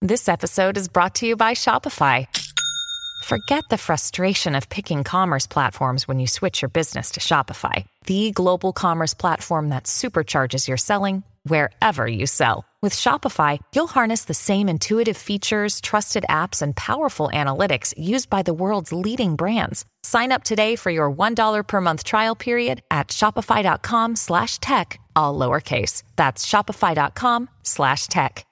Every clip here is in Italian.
This episode is brought to you by Shopify. Forget the frustration of picking commerce platforms when you switch your business to Shopify, the global commerce platform that supercharges your selling wherever you sell. With Shopify, you'll harness the same intuitive features, trusted apps, and powerful analytics used by the world's leading brands. Sign up today for your $1 per month trial period at shopify.com/tech, all lowercase. That's shopify.com/tech.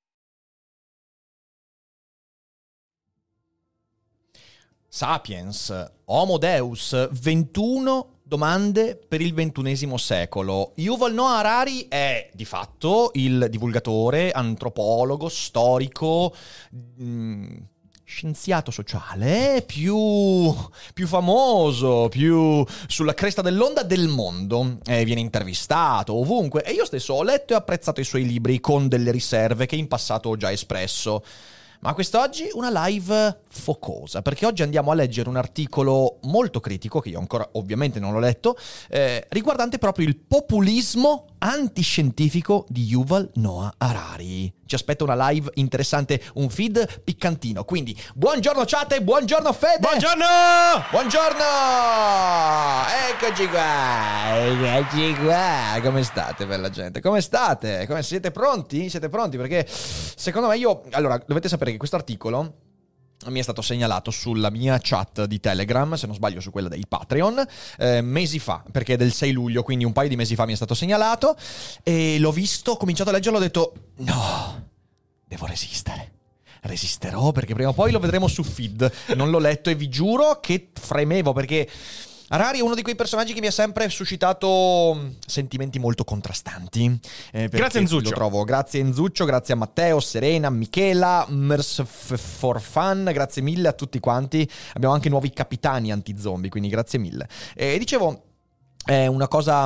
Sapiens, Homo Deus, 21 domande per il XXI secolo. Yuval Noah Harari è di fatto il divulgatore, antropologo, storico, scienziato sociale più famoso, più sulla cresta dell'onda del mondo. Viene intervistato ovunque e io stesso ho letto e apprezzato i suoi libri con delle riserve che in passato ho già espresso. Ma quest'oggi una live focosa, perché oggi andiamo a leggere un articolo molto critico, che io ancora ovviamente non l'ho letto, riguardante proprio il populismo antiscientifico di Yuval Noah Harari. Ci aspetta una live interessante, un feed piccantino. Quindi, buongiorno chat e buongiorno Fede! Buongiorno! Buongiorno! Eccoci qua! Come state, bella gente? Come state? Siete pronti? Siete pronti? Perché secondo me allora, dovete sapere che questo articolo mi è stato segnalato sulla mia chat di Telegram, se non sbaglio su quella dei Patreon, mesi fa, perché è del 6 luglio, quindi un paio di mesi fa mi è stato segnalato, e l'ho visto, ho cominciato a leggerlo, ho detto no, devo resistere. Resisterò perché prima o poi lo vedremo su feed. Non l'ho letto e vi giuro che fremevo, perché Harari è uno di quei personaggi che mi ha sempre suscitato sentimenti molto contrastanti. Grazie Enzuccio. Lo trovo. Grazie Enzuccio, grazie a Matteo, Serena, Michela, Mers for Fun, grazie mille a tutti quanti. Abbiamo anche nuovi capitani anti-zombie, quindi grazie mille. E dicevo, è una cosa,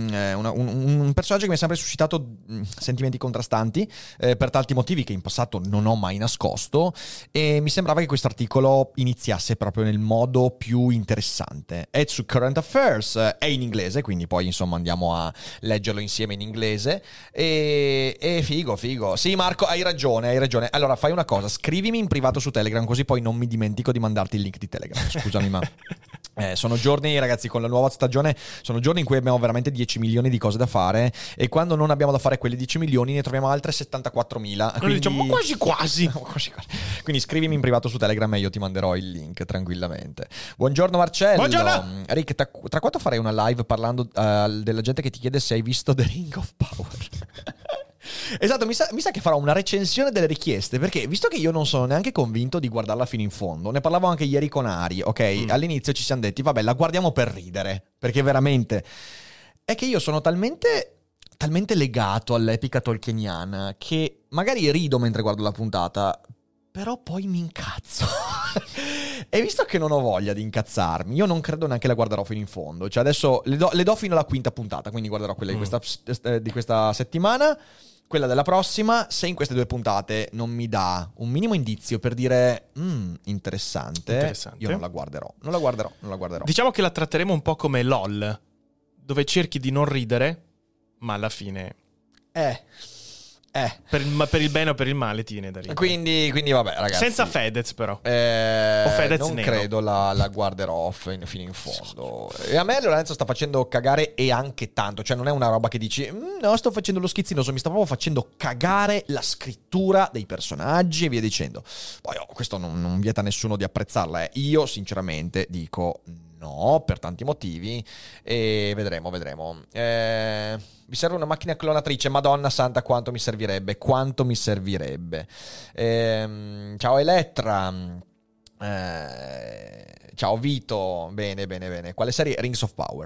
un personaggio che mi ha sempre suscitato sentimenti contrastanti per tanti motivi che in passato non ho mai nascosto, e mi sembrava che questo articolo iniziasse proprio nel modo più interessante. È su Current Affairs, è in inglese, quindi poi insomma andiamo a leggerlo insieme in inglese, e figo. Sì Marco, hai ragione. Allora fai una cosa, scrivimi in privato su Telegram, così poi non mi dimentico di mandarti il link di Telegram. Scusami, ma sono giorni, ragazzi, con la nuova stagione, sono giorni in cui abbiamo veramente 10 milioni di cose da fare, e quando non abbiamo da fare quelle 10 milioni ne troviamo altre 74.000. Quindi diciamo quasi. Quindi scrivimi in privato su Telegram e io ti manderò il link tranquillamente. Buongiorno Marcello. Buongiorno. Rick, tra quanto farei una live parlando della gente che ti chiede se hai visto The Ring of Power? Esatto, mi sa che farò una recensione delle richieste, perché visto che io non sono neanche convinto di guardarla fino in fondo, ne parlavo anche ieri con Ari, ok? All'inizio ci siamo detti, vabbè, la guardiamo per ridere, perché veramente è che io sono talmente legato all'epica tolkieniana che magari rido mentre guardo la puntata, però poi mi incazzo. E visto che non ho voglia di incazzarmi, io non credo neanche la guarderò fino in fondo. Cioè adesso le do fino alla quinta puntata, quindi guarderò quella di questa settimana, quella della prossima. Se in queste due puntate non mi dà un minimo indizio per dire interessante, io non la guarderò. Diciamo che la tratteremo un po' come LOL, dove cerchi di non ridere, ma alla fine per il bene o per il male ti viene da ridere. Quindi vabbè, ragazzi, senza Fedez però. O Fedez non nero. credo la guarderò fino in fondo. E a me Lorenzo sta facendo cagare, e anche tanto. Cioè non è una roba che dici no, sto facendo lo schizzinoso, mi sta proprio facendo cagare la scrittura dei personaggi e via dicendo. Poi questo non vieta a nessuno di apprezzarla. Io sinceramente dico no, per tanti motivi, e vedremo. Mi serve una macchina clonatrice, madonna santa, quanto mi servirebbe. Ciao Elettra, ciao Vito, bene. Quale serie? Rings of Power.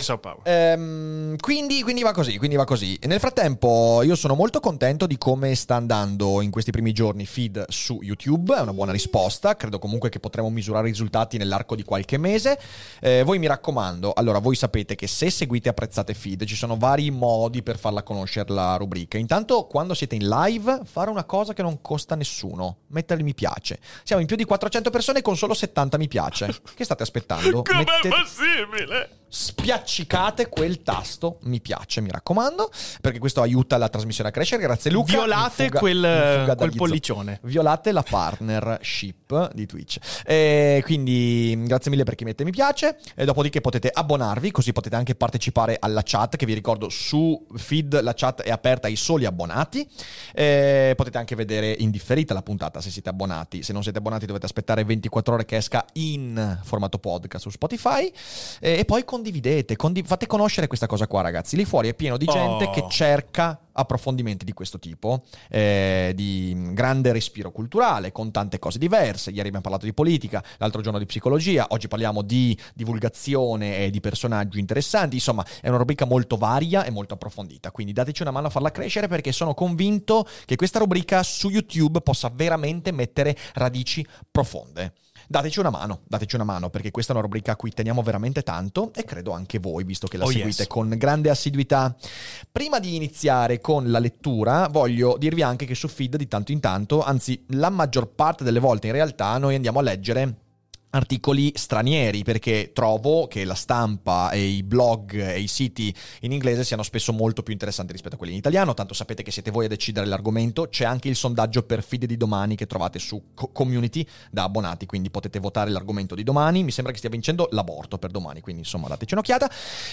Quindi va così. E nel frattempo io sono molto contento di come sta andando in questi primi giorni feed su YouTube. È una buona risposta, credo comunque che potremo misurare i risultati nell'arco di qualche mese. Voi mi raccomando, allora voi sapete che se seguite e apprezzate feed ci sono vari modi per farla conoscere la rubrica. Intanto quando siete in live fare una cosa che non costa nessuno: mettere il mi piace. Siamo in più di 400 persone con solo 70 mi piace. Che state aspettando? Com'è possibile? spiaccicate quel tasto mi piace, mi raccomando, perché questo aiuta la trasmissione a crescere. Grazie Luca. Violate quel pollicione. Violate la partnership di Twitch. Quindi grazie mille per chi mette mi piace. E dopodiché potete abbonarvi, così potete anche partecipare alla chat, che vi ricordo su Feed la chat è aperta ai soli abbonati. Potete anche vedere in differita la puntata se siete abbonati. Se non siete abbonati dovete aspettare 24 ore che esca in formato podcast su Spotify. E poi condividete, fate conoscere questa cosa qua, ragazzi. Lì fuori è pieno di gente che cerca approfondimenti di questo tipo, di grande respiro culturale, con tante cose diverse. Ieri abbiamo parlato di politica, l'altro giorno di psicologia, oggi parliamo di divulgazione e di personaggi interessanti. Insomma, è una rubrica molto varia e molto approfondita, quindi dateci una mano a farla crescere, perché sono convinto che questa rubrica su YouTube possa veramente mettere radici profonde. Dateci una mano, perché questa è una rubrica a cui teniamo veramente tanto, e credo anche voi, visto che la seguite con grande assiduità. Prima di iniziare con la lettura, voglio dirvi anche che su Feed di tanto in tanto, anzi la maggior parte delle volte in realtà, noi andiamo a leggere articoli stranieri, perché trovo che la stampa e i blog e i siti in inglese siano spesso molto più interessanti rispetto a quelli in italiano. Tanto sapete che siete voi a decidere l'argomento. C'è anche il sondaggio per Feed di domani che trovate su Community da abbonati, quindi potete votare l'argomento di domani. Mi sembra che stia vincendo l'aborto per domani, quindi insomma dateci un'occhiata.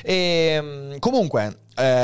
Comunque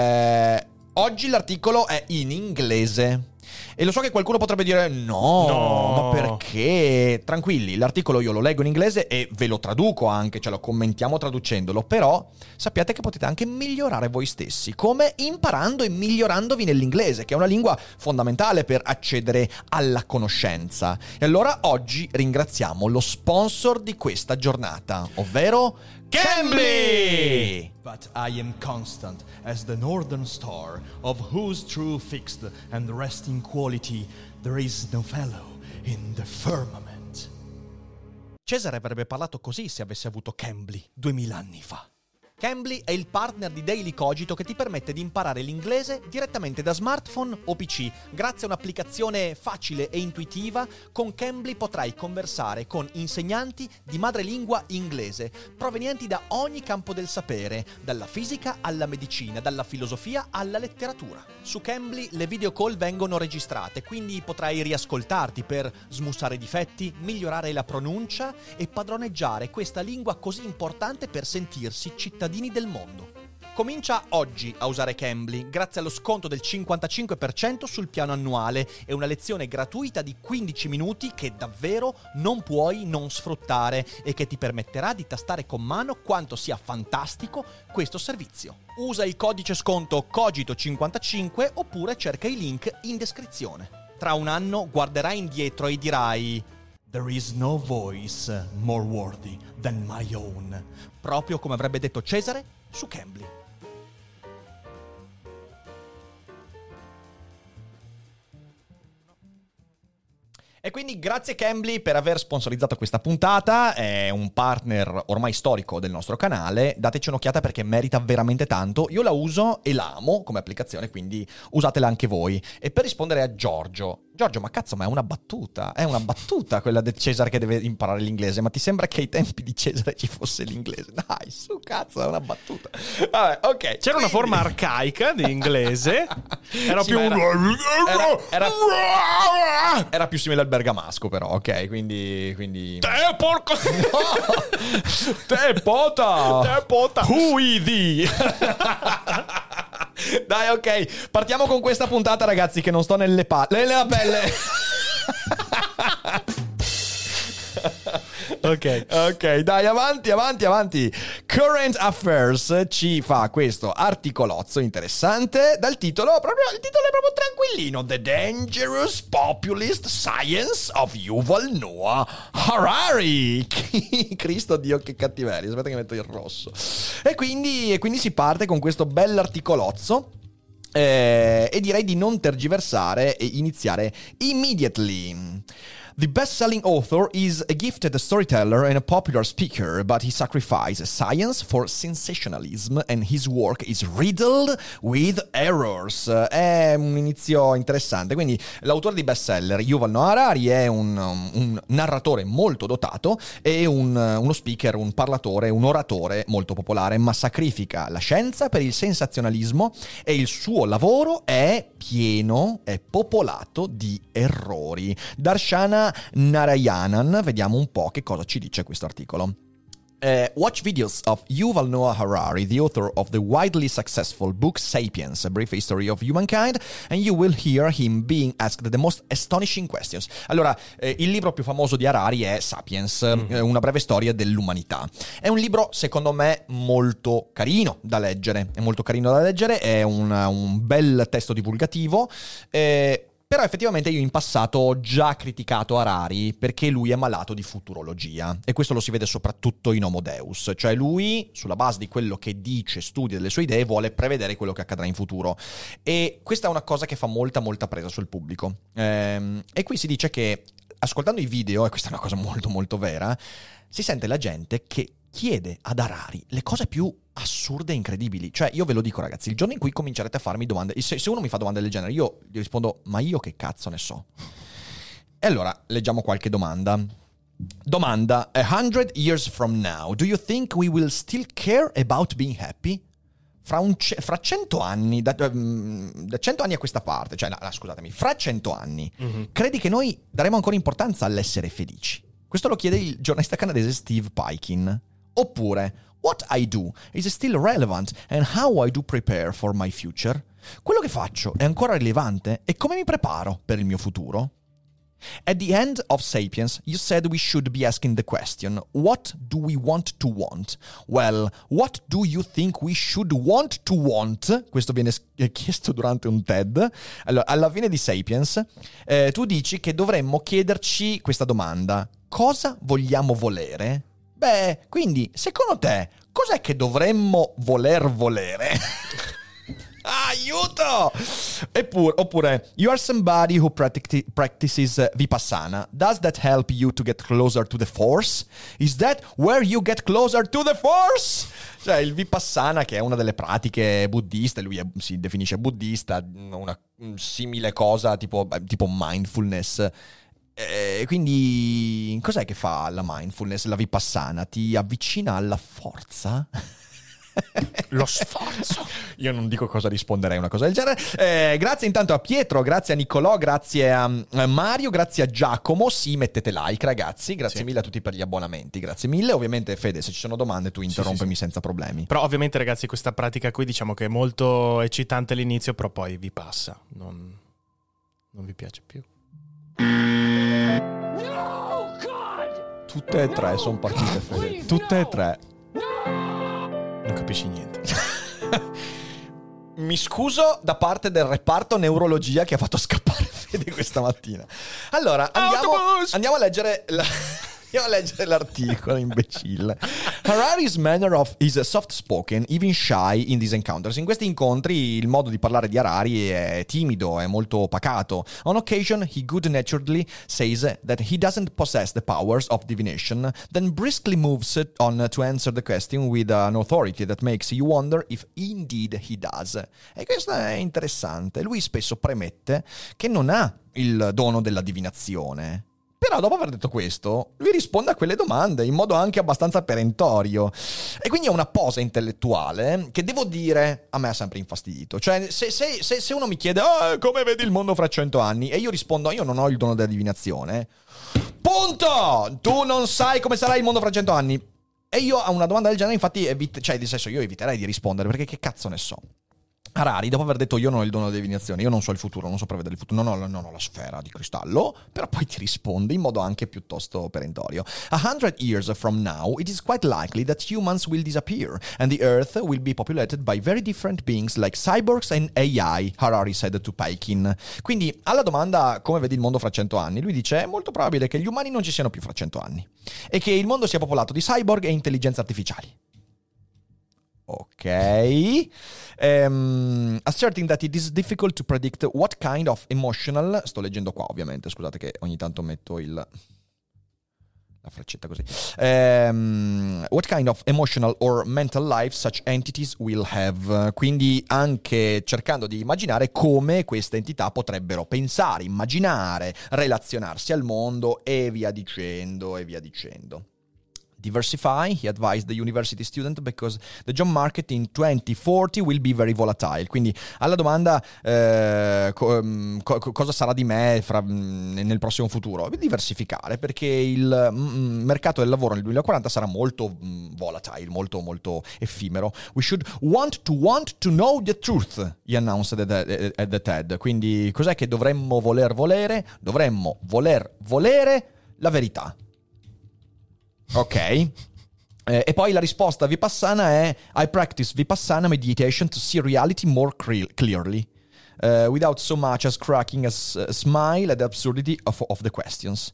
oggi l'articolo è in inglese. E lo so che qualcuno potrebbe dire no, ma perché? Tranquilli, l'articolo io lo leggo in inglese e ve lo traduco anche, ce lo commentiamo traducendolo, però sappiate che potete anche migliorare voi stessi, come imparando e migliorandovi nell'inglese, che è una lingua fondamentale per accedere alla conoscenza. E allora oggi ringraziamo lo sponsor di questa giornata, ovvero Cambly! But I am constant as the northern star, of whose true fixed and resting quality there is no fellow in the firmament. Cesare avrebbe parlato così se avesse avuto Cambly 2000 anni fa. Cambly è il partner di Daily Cogito che ti permette di imparare l'inglese direttamente da smartphone o PC. Grazie a un'applicazione facile e intuitiva, con Cambly potrai conversare con insegnanti di madrelingua inglese, provenienti da ogni campo del sapere, dalla fisica alla medicina, dalla filosofia alla letteratura. Su Cambly le video call vengono registrate, quindi potrai riascoltarti per smussare difetti, migliorare la pronuncia e padroneggiare questa lingua così importante per sentirsi cittadini del mondo. Comincia oggi a usare Cambly grazie allo sconto del 55% sul piano annuale e una lezione gratuita di 15 minuti che davvero non puoi non sfruttare e che ti permetterà di tastare con mano quanto sia fantastico questo servizio. Usa il codice sconto COGITO55 oppure cerca i link in descrizione. Tra un anno guarderai indietro e dirai: There is no voice more worthy than my own. Proprio come avrebbe detto Cesare su Cambly. E quindi grazie Cambly per aver sponsorizzato questa puntata, è un partner ormai storico del nostro canale, dateci un'occhiata perché merita veramente tanto. Io la uso e la amo come applicazione, quindi usatela anche voi. E per rispondere a Giorgio, ma cazzo, ma è una battuta quella di Cesare che deve imparare l'inglese, ma ti sembra che ai tempi di Cesare ci fosse l'inglese? Dai, su cazzo, è una battuta. Vabbè, ok. C'era una forma arcaica di inglese, era Sì, più era più simile al bergamasco, però, ok, quindi Te porco! No! Te pota! Hui thee! Dai, ok, partiamo con questa puntata, ragazzi, che non sto nella pelle. Ok, dai, avanti. Current Affairs ci fa questo articolozzo interessante dal titolo, il titolo è proprio tranquillino: The Dangerous Populist Science of Yuval Noah Harari. Cristo Dio, che cattiveria, aspetta che metto il rosso. E quindi si parte con questo bell'articolozzo. E direi di non tergiversare e iniziare immediately. The best-selling author is a gifted storyteller and a popular speaker, but he sacrifices science for sensationalism and his work is riddled with errors. È un inizio interessante. Quindi l'autore di bestseller, Yuval Noah Harari, è un narratore molto dotato e uno speaker, un parlatore, un oratore molto popolare, ma sacrifica la scienza per il sensazionalismo e il suo lavoro è popolato di errori. Darshana Narayanan, vediamo un po' che cosa ci dice questo articolo. Watch videos of Yuval Noah Harari, the author of the widely successful book Sapiens, A Brief History of Humankind, and you will hear him being asked the most astonishing questions. Allora, il libro più famoso di Harari è Sapiens, una breve storia dell'umanità. È un libro, secondo me, molto carino da leggere. È un bel testo divulgativo. Però effettivamente io in passato ho già criticato Harari perché lui è malato di futurologia e questo lo si vede soprattutto in Homo Deus, cioè lui sulla base di quello che dice, studia delle sue idee, vuole prevedere quello che accadrà in futuro e questa è una cosa che fa molta presa sul pubblico e qui si dice che ascoltando i video, e questa è una cosa molto molto vera, si sente la gente che chiede ad Harari le cose più assurde e incredibili. Cioè, io ve lo dico, ragazzi, il giorno in cui comincerete a farmi domande, se uno mi fa domande del genere, io gli rispondo, ma io che cazzo ne so? E allora, leggiamo qualche domanda. Domanda, 100 years from now, do you think we will still care about being happy? Fra 100 anni, da 100 anni a questa parte, cioè, scusatemi, fra 100 anni, credi che noi daremo ancora importanza all'essere felici? Questo lo chiede il giornalista canadese Steve Paikin. Oppure, what I do is still relevant and how I do prepare for my future? Quello che faccio è ancora rilevante e come mi preparo per il mio futuro? At the end of Sapiens, you said we should be asking the question, what do we want to want? Well, what do you think we should want to want? Questo viene chiesto durante un TED. Allora, alla fine di Sapiens, tu dici che dovremmo chiederci questa domanda. Cosa vogliamo volere? Beh, quindi, secondo te, cos'è che dovremmo volere? Aiuto! Oppure, you are somebody who practices Vipassana. Does that help you to get closer to the Force? Is that where you get closer to the Force? Cioè, il Vipassana, che è una delle pratiche buddiste, lui si definisce buddista, una simile cosa tipo mindfulness. Quindi, cos'è che fa la mindfulness, la Vipassana? Ti avvicina alla forza? Lo sforzo. Io non dico cosa risponderei a una cosa del genere. Grazie intanto a Pietro, grazie a Niccolò, grazie a Mario, grazie a Giacomo. Sì, mettete like, ragazzi. Grazie mille a tutti per gli abbonamenti. Grazie mille. Ovviamente, Fede, se ci sono domande tu interrompimi senza problemi. Però ovviamente, ragazzi, questa pratica qui diciamo che è molto eccitante all'inizio, però poi vi passa. Non vi piace più. No, God! Tutte e tre sono partite, Fede. Tutte e tre. Non capisci niente. Mi scuso da parte del reparto neurologia che ha fatto scappare Fede questa mattina. Allora, andiamo a leggere l'articolo, imbecille. Harari's manner is soft-spoken, even shy in these encounters. In questi incontri il modo di parlare di Harari è timido, è molto pacato. On occasion, he good-naturedly says that he doesn't possess the powers of divination, then briskly moves on to answer the question with an authority that makes you wonder if indeed he does. E questo è interessante. Lui spesso premette che non ha il dono della divinazione. Però dopo aver detto questo, lui risponde a quelle domande in modo anche abbastanza perentorio. E quindi è una posa intellettuale che, devo dire, a me ha sempre infastidito. Cioè, se uno mi chiede come vedi il mondo fra 100 anni, e io rispondo io non ho il dono della divinazione, punto! Tu non sai come sarà il mondo fra 100 anni. E io a una domanda del genere, infatti, nel senso, io eviterei di rispondere, perché che cazzo ne so. Harari, dopo aver detto io non ho il dono della divinazione, io non so il futuro, non so prevedere il futuro, non ho la sfera di cristallo, però poi ti risponde in modo anche piuttosto perentorio. 100 years from now, it is quite likely that humans will disappear and the Earth will be populated by very different beings like cyborgs and AI, Harari said to Paikin. Quindi, alla domanda come vedi il mondo fra 100 anni, lui dice è molto probabile che gli umani non ci siano più fra 100 anni e che il mondo sia popolato di cyborg e intelligenze artificiali. Ok. Asserting that it is difficult to predict what kind of emotional... Sto leggendo qua, ovviamente, scusate che ogni tanto metto la freccetta così. What kind of emotional or mental life such entities will have. Quindi anche cercando di immaginare come queste entità potrebbero pensare, immaginare, relazionarsi al mondo e via dicendo, e via dicendo. Diversify, he advised the university student, because the job market in 2040 will be very volatile. Quindi alla domanda cosa sarà di me nel prossimo futuro? Diversificare, perché il mercato del lavoro nel 2040 sarà molto volatile, molto molto effimero. We should want to know the truth, he announced at the TED. Quindi cos'è che dovremmo volere? Dovremmo volere la verità. Ok. E poi la risposta vipassana è: I practice vipassana meditation to see reality more clearly, without so much as cracking a smile at the absurdity of the questions.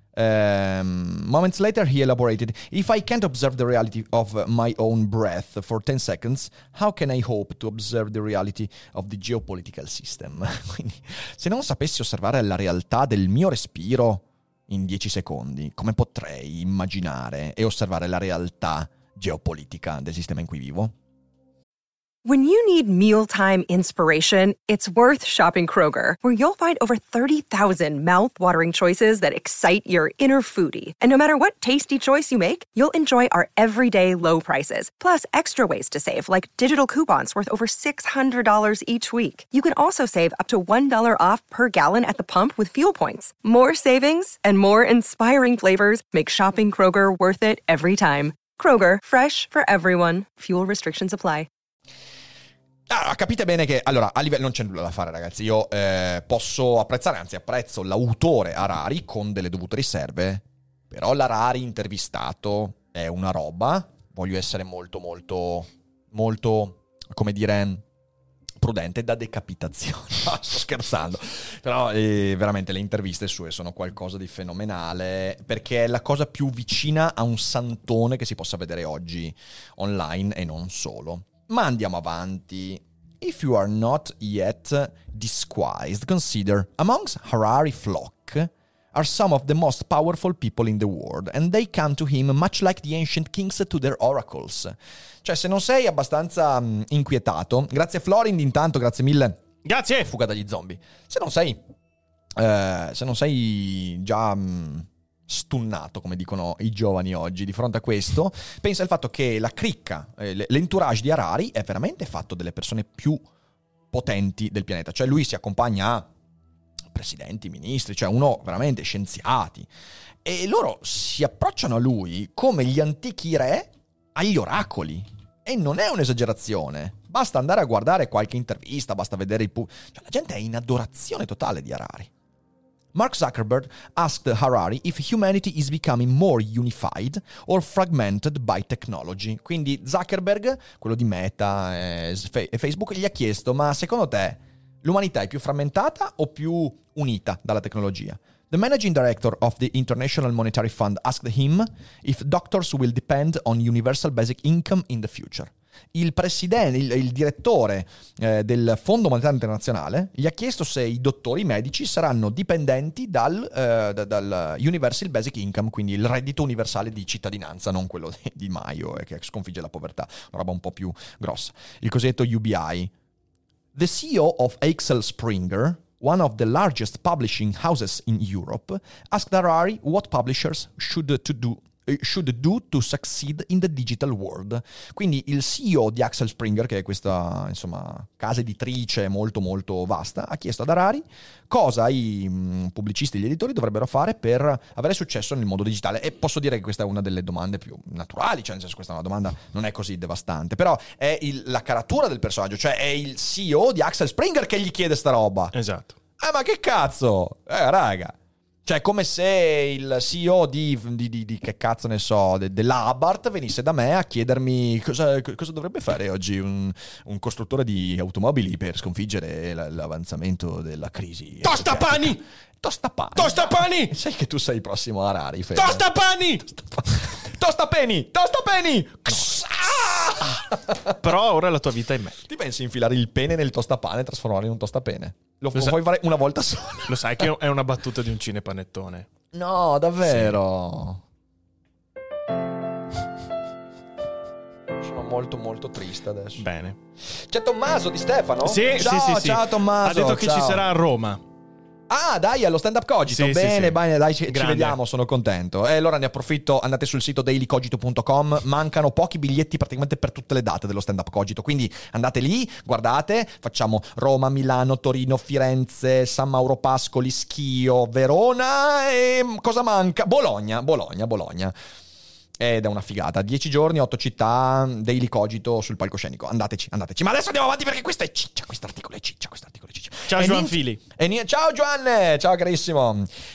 Moments later he elaborated: if I can't observe the reality of my own breath for 10 seconds, how can I hope to observe the reality of the geopolitical system? Quindi, se non sapessi osservare la realtà del mio respiro in 10 secondi, come potrei immaginare e osservare la realtà geopolitica del sistema in cui vivo? When you need mealtime inspiration, it's worth shopping Kroger, where you'll find over 30,000 mouth-watering choices that excite your inner foodie. And no matter what tasty choice you make, you'll enjoy our everyday low prices, plus extra ways to save, like digital coupons worth over $600 each week. You can also save up to $1 off per gallon at the pump with fuel points. More savings and more inspiring flavors make shopping Kroger worth it every time. Kroger, fresh for everyone. Fuel restrictions apply. Capite bene che, allora, a livello non c'è nulla da fare, ragazzi. Io posso apprezzare, anzi apprezzo l'autore Harari con delle dovute riserve, però l'Harari intervistato è una roba. Voglio essere molto, molto, molto, come dire, prudente, da decapitazione. No, sto scherzando. Però veramente le interviste sue sono qualcosa di fenomenale, perché è la cosa più vicina a un santone che si possa vedere oggi online e non solo. Ma andiamo avanti. If you are not yet disquieted, consider amongst Harari flock are some of the most powerful people in the world, and they come to him much like the ancient kings to their oracles. Cioè, se non sei abbastanza inquietato, grazie Florind intanto, grazie mille. Grazie. Fuga dagli zombie. Se non sei già stunnato, come dicono i giovani oggi, di fronte a questo, pensa al fatto che la cricca, l'entourage di Harari è veramente fatto delle persone più potenti del pianeta. Cioè lui si accompagna a presidenti, ministri, cioè uno veramente scienziati, e loro si approcciano a lui come gli antichi re agli oracoli. E non è un'esagerazione, basta andare a guardare qualche intervista, basta vedere cioè la gente è in adorazione totale di Harari. Mark Zuckerberg asked Harari if humanity is becoming more unified or fragmented by technology. Quindi Zuckerberg, quello di Meta e Facebook, gli ha chiesto: ma secondo te l'umanità è più frammentata o più unita dalla tecnologia? The managing director of the International Monetary Fund asked him if doctors will depend on universal basic income in the future. Il presidente, il direttore del Fondo Monetario Internazionale gli ha chiesto se i dottori medici saranno dipendenti dal Universal Basic Income, quindi il reddito universale di cittadinanza, non quello di Maio che sconfigge la povertà, una roba un po' più grossa. Il cosiddetto UBI. The CEO of Axel Springer, one of the largest publishing houses in Europe, asked Harari what publishers should do to succeed in the digital world. Quindi il CEO di Axel Springer, che è questa, insomma, casa editrice molto molto vasta, ha chiesto ad Harari cosa i pubblicisti e gli editori dovrebbero fare per avere successo nel mondo digitale. E posso dire che questa è una delle domande più naturali, cioè nel senso, questa è una domanda non è così devastante, però è la caratura del personaggio, cioè è il CEO di Axel Springer che gli chiede sta roba. Esatto. Ma che cazzo? Raga. Cioè, come se il CEO di che cazzo ne so, dell'Abarth venisse da me a chiedermi cosa dovrebbe fare oggi un costruttore di automobili per sconfiggere l'avanzamento della crisi. Tostapani! Tostapani! Sai che tu sei il prossimo Harari, Fede. Tostapani! Tostapeni! Però ora la tua vita è meglio. Ti pensi infilare il pene nel tostapane e trasformarlo in un tostapene? Lo sai- puoi fare una volta sola. Lo sai che è una battuta di un cinepanettone. No, davvero. Sono molto molto triste adesso. Bene. C'è Tommaso di Stefano? Sì, ciao, sì. ciao Tommaso. Ha detto che ciao. ci sarà a Roma. Ah, dai, allo stand up Cogito. Sì, bene, sì. bene, dai, ci Grande. vediamo, sono contento. E allora ne approfitto, andate sul sito dailycogito.com, mancano pochi biglietti praticamente per tutte le date dello stand up Cogito, quindi andate lì, guardate, facciamo Roma, Milano, Torino, Firenze, San Mauro Pascoli, Schio, Verona e cosa manca? Bologna. Ed è una figata. 10 giorni, 8 città, Daily Cogito sul palcoscenico. Andateci. Ma adesso andiamo avanti perché questo è ciccia. Quest'articolo è ciccia. Ciao Joan Fili. Ciao Giovanni, ciao carissimo.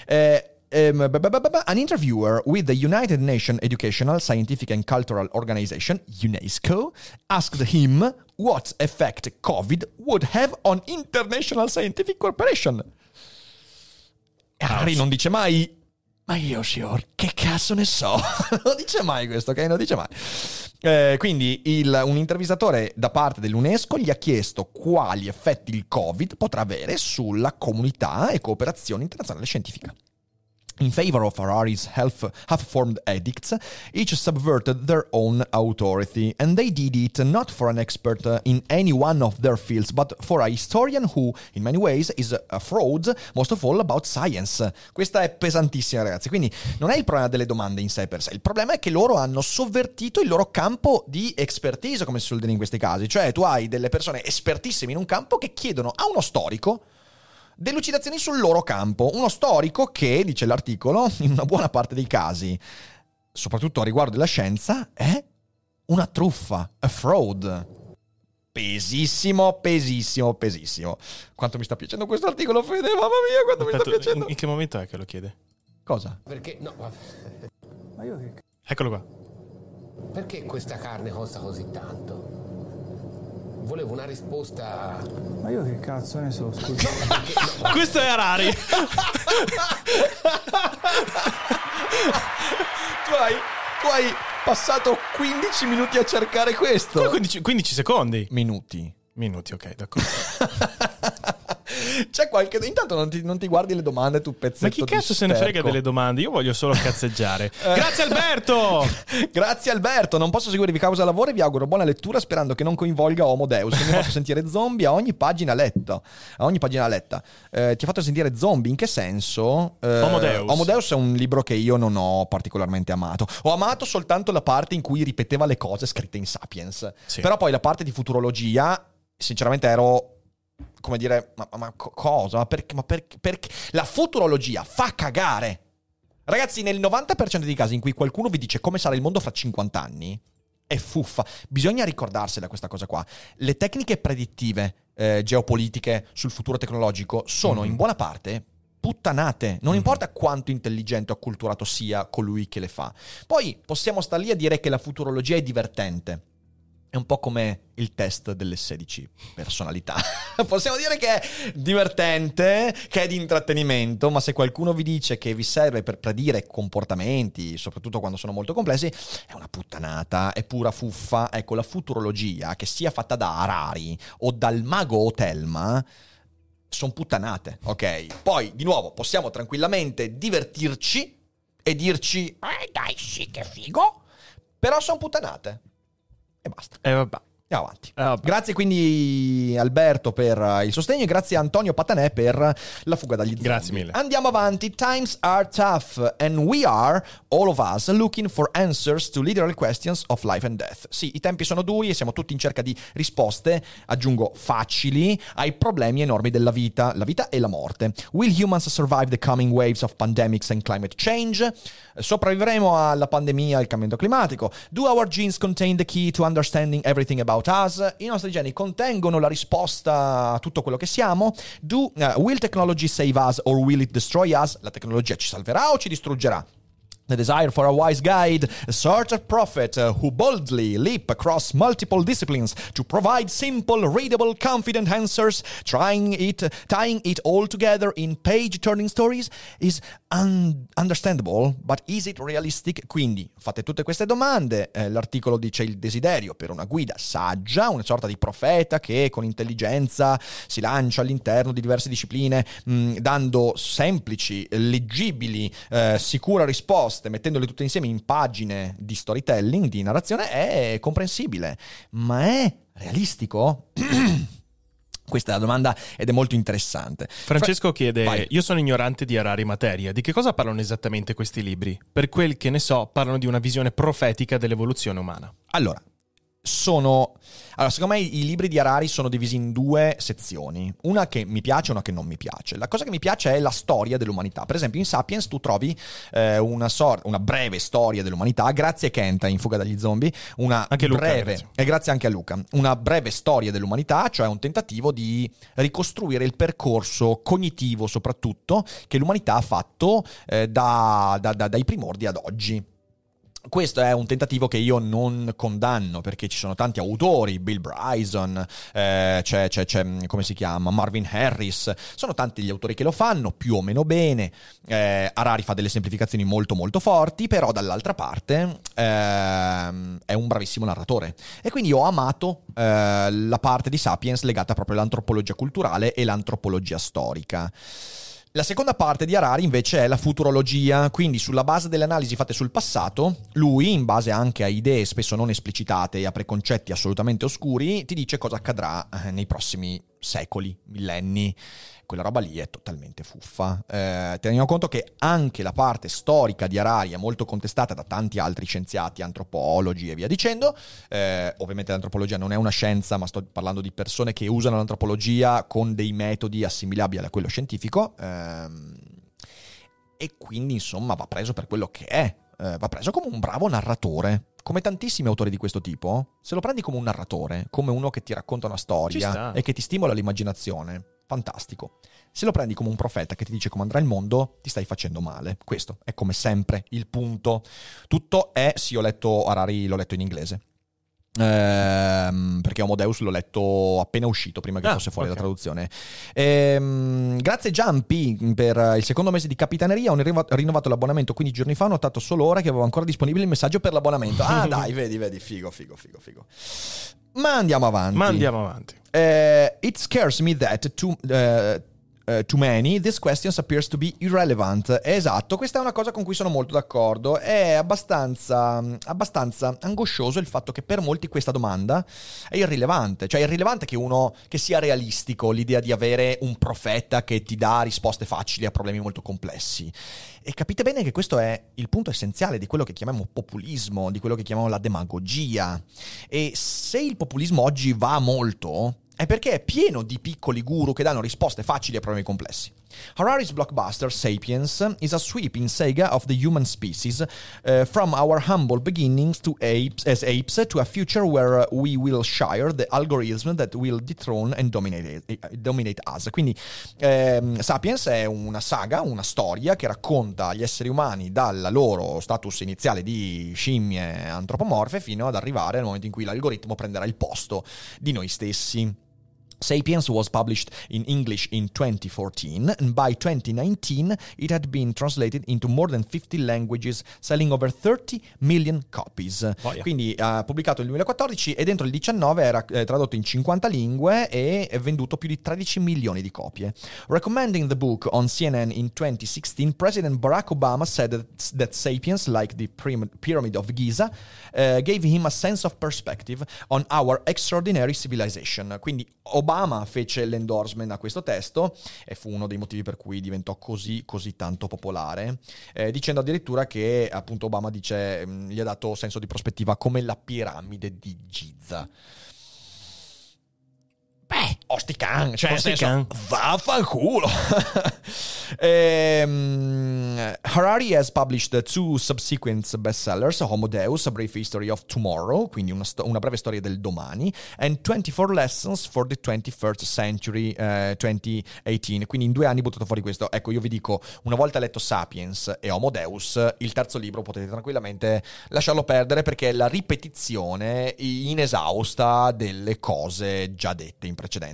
An interviewer with the United Nations Educational, Scientific and Cultural Organization, UNESCO, asked him what effect COVID would have on international scientific cooperation. E Harry non dice mai: ma io, signor, che cazzo ne so? Non dice mai questo, ok? Non dice mai. Quindi un intervistatore da parte dell'UNESCO gli ha chiesto quali effetti il Covid potrà avere sulla comunità e cooperazione internazionale scientifica. In favor of Harari's half-formed edicts, each subverted their own authority, and they did it not for an expert in any one of their fields, but for a historian who, in many ways, is a fraud, most of all about science. Questa è pesantissima, ragazzi. Quindi non è il problema delle domande in sé per sé, il problema è che loro hanno sovvertito il loro campo di expertise, come si suol dire in questi casi. Cioè, tu hai delle persone espertissime in un campo che chiedono a uno storico delucidazioni sul loro campo. Uno storico che, dice l'articolo, in una buona parte dei casi, soprattutto a riguardo della scienza, è una truffa, a fraud. Pesissimo. Quanto mi sta piacendo questo articolo, Fede, mamma mia, quanto mi sta piacendo. In che momento è che lo chiede? Cosa? Perché no, Ma io che Eccolo qua. perché questa carne costa così tanto? Volevo una risposta. Ma io che cazzo ne so, scusa. Questo è Harari. Tu hai passato 15 minuti a cercare questo. Come 15 secondi. Minuti, ok, d'accordo. C'è qualche... Intanto non ti guardi le domande, tu pezzetto. Ma chi cazzo di se ne frega sterco. delle domande? Io voglio solo cazzeggiare. Grazie Alberto! Grazie Alberto, non posso seguirvi causa lavoro e vi auguro buona lettura sperando che non coinvolga Homo Deus. Non mi faccio sentire zombie a ogni pagina letta. Ti ha fatto sentire zombie? In che senso? Homo Deus. Homo Deus è un libro che io non ho particolarmente amato. Ho amato soltanto la parte in cui ripeteva le cose scritte in Sapiens. Sì. Però poi la parte di futurologia, sinceramente ero... come dire, ma cosa? Perché la futurologia fa cagare. Ragazzi, nel 90% dei casi in cui qualcuno vi dice come sarà il mondo fra 50 anni, è fuffa. Bisogna ricordarsela questa cosa qua. Le tecniche predittive geopolitiche sul futuro tecnologico sono in buona parte puttanate. Non importa quanto intelligente o acculturato sia colui che le fa. Poi possiamo star lì a dire che la futurologia è divertente. È un po' come il test delle 16 personalità. Possiamo dire che è divertente, che è di intrattenimento, ma se qualcuno vi dice che vi serve per predire comportamenti, soprattutto quando sono molto complessi, è una puttanata, è pura fuffa. Ecco, la futurologia, che sia fatta da Harari o dal mago Otelma, sono puttanate, ok? Poi, di nuovo, possiamo tranquillamente divertirci e dirci dai, sì, che figo, però sono puttanate. E basta. Vabbè. Andiamo avanti. Vabbè. Grazie quindi Alberto per il sostegno e grazie a Antonio Patanè per la fuga dagli zombie. Grazie mille. Andiamo avanti. Times are tough and we are, all of us, looking for answers to literal questions of life and death. Sì, i tempi sono duri e siamo tutti in cerca di risposte, aggiungo facili, ai problemi enormi della vita, la vita e la morte. Will humans survive the coming waves of pandemics and climate change? Sopravvivremo alla pandemia e al cambiamento climatico? Do our genes contain the key to understanding everything about us? I nostri geni contengono la risposta a tutto quello che siamo? Will technology save us or will it destroy us? La tecnologia ci salverà o ci distruggerà? The desire for a wise guide, a sort of prophet who boldly leap across multiple disciplines to provide simple, readable, confident answers, tying it all together in page-turning stories is understandable, but is it realistic? Quindi fate tutte queste domande. L'articolo dice il desiderio per una guida saggia, una sorta di profeta che con intelligenza si lancia all'interno di diverse discipline, dando semplici, leggibili, sicure risposte, mettendole tutte insieme in pagine di storytelling, di narrazione, è comprensibile. Ma è realistico? Questa è la domanda ed è molto interessante. Francesco chiede: Vai. io sono ignorante di Harari materia, di che cosa parlano esattamente questi libri? Per quel che ne so, parlano di una visione profetica dell'evoluzione umana. Allora, secondo me i libri di Harari sono divisi in due sezioni, una che mi piace e una che non mi piace. La cosa che mi piace è la storia dell'umanità. Per esempio in Sapiens tu trovi una breve storia dell'umanità, grazie a Kenta in Fuga dagli zombie, Anche Luca, grazie. E grazie anche a Luca, una breve storia dell'umanità, cioè un tentativo di ricostruire il percorso cognitivo soprattutto che l'umanità ha fatto dai primordi ad oggi. Questo è un tentativo che io non condanno, perché ci sono tanti autori, Bill Bryson, c'è come si chiama, Marvin Harris, sono tanti gli autori che lo fanno più o meno bene. Harari fa delle semplificazioni molto molto forti, però dall'altra parte è un bravissimo narratore, e quindi ho amato la parte di Sapiens legata proprio all'antropologia culturale e l'antropologia storica. La seconda parte di Harari invece è la futurologia, quindi sulla base delle analisi fatte sul passato, lui, in base anche a idee spesso non esplicitate e a preconcetti assolutamente oscuri, ti dice cosa accadrà nei prossimi secoli, millenni. Quella roba lì è totalmente fuffa. Teniamo conto che anche la parte storica di Harari è molto contestata da tanti altri scienziati, antropologi e via dicendo. Ovviamente l'antropologia non è una scienza, ma sto parlando di persone che usano l'antropologia con dei metodi assimilabili a quello scientifico. E quindi, insomma, va preso per quello che è. Va preso come un bravo narratore. Come tantissimi autori di questo tipo, se lo prendi come un narratore, come uno che ti racconta una storia e che ti stimola l'immaginazione, fantastico. Se lo prendi come un profeta che ti dice come andrà il mondo, ti stai facendo male. Questo è come sempre il punto. Tutto è, sì, ho letto Harari, l'ho letto in inglese. Perché Homo Deus l'ho letto appena uscito, prima che fosse fuori la traduzione. Grazie Giampi per il secondo mese di capitaneria. Ho rinnovato l'abbonamento 15 giorni fa. Ho notato solo ora che avevo ancora disponibile il messaggio per l'abbonamento. Ah dai, vedi, figo. Ma andiamo avanti. It scares me that to many this question appears to be irrelevant. Esatto, questa è una cosa con cui sono molto d'accordo. È abbastanza angoscioso il fatto che per molti questa domanda è irrilevante. Cioè è irrilevante che sia realistico l'idea di avere un profeta che ti dà risposte facili a problemi molto complessi. E capite bene che questo è il punto essenziale di quello che chiamiamo populismo, di quello che chiamiamo la demagogia. E se il populismo oggi va molto, è perché è pieno di piccoli guru che danno risposte facili a problemi complessi. Harari's blockbuster Sapiens is a sweeping saga of the human species, from our humble beginnings as apes to a future where we will share the algorithm that will dethrone and dominate us. Quindi Sapiens è una saga, una storia che racconta gli esseri umani dal loro status iniziale di scimmie antropomorfe fino ad arrivare al momento in cui l'algoritmo prenderà il posto di noi stessi. Sapiens was published in English in 2014, and by 2019 it had been translated into more than 50 languages, selling over 30 million copies. Quindi pubblicato nel 2014 e dentro il 2019 era tradotto in 50 lingue e venduto più di 13 milioni di copie. Recommending the book on CNN in 2016, President Barack Obama said that Sapiens, like the Pyramid of Giza, gave him a sense of perspective on our extraordinary civilization. Quindi Obama fece l'endorsement a questo testo e fu uno dei motivi per cui diventò così tanto popolare, dicendo addirittura che appunto Obama dice gli ha dato senso di prospettiva come la piramide di Giza. Beh, Ostican, cioè nel Ostican. senso, vaffanculo. Harari has published 2 subsequent bestsellers, Homo Deus, A Brief History of Tomorrow, quindi una breve storia del domani, and 24 Lessons for the 21st Century 2018, quindi in 2 anni buttato fuori questo. Ecco, io vi dico, una volta letto Sapiens e Homo Deus, il terzo libro potete tranquillamente lasciarlo perdere, perché è la ripetizione inesausta delle cose già dette in precedenza.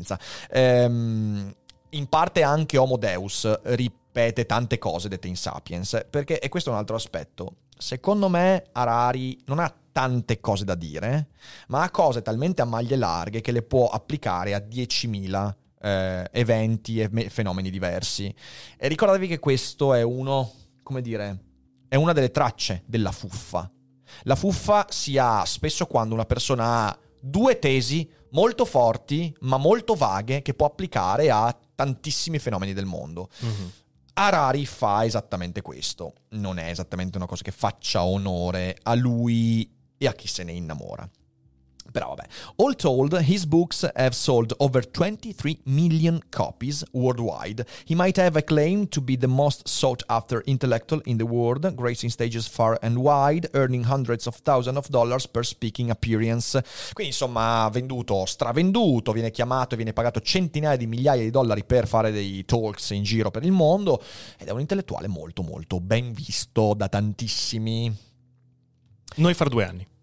In parte anche Homo Deus ripete tante cose dette in Sapiens, perché, e questo è un altro aspetto, secondo me Harari non ha tante cose da dire, ma ha cose talmente a maglie larghe che le può applicare a 10.000 eventi e fenomeni diversi. E ricordatevi che questo è uno, come dire, è una delle tracce della fuffa. La fuffa si ha spesso quando una persona ha 2 tesi molto forti ma molto vaghe che può applicare a tantissimi fenomeni del mondo. Mm-hmm. Harari fa esattamente questo. Non è esattamente una cosa che faccia onore a lui e a chi se ne innamora. Però vabbè. All told, his books have sold over 23 million copies worldwide. He might have a claim to be the most sought-after intellectual in the world, gracing stages far and wide, earning hundreds of thousands of dollars per speaking appearance. Quindi insomma, venduto, stravenduto, viene chiamato e viene pagato centinaia di migliaia di dollari per fare dei talks in giro per il mondo, ed è un intellettuale molto molto ben visto da tantissimi. Noi fra 2 anni.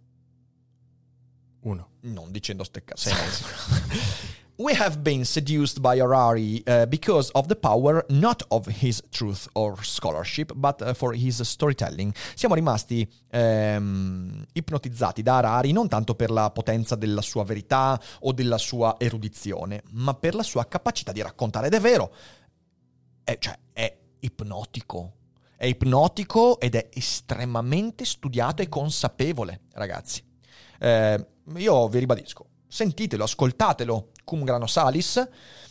1. Non dicendo 6 mesi. We have been seduced by Harari because of the power not of his truth or scholarship, but for his storytelling. Siamo rimasti ipnotizzati da Harari non tanto per la potenza della sua verità o della sua erudizione, ma per la sua capacità di raccontare. Ed è vero, è ipnotico. È ipnotico ed è estremamente studiato e consapevole, ragazzi. Io vi ribadisco, sentitelo, ascoltatelo, cum grano salis,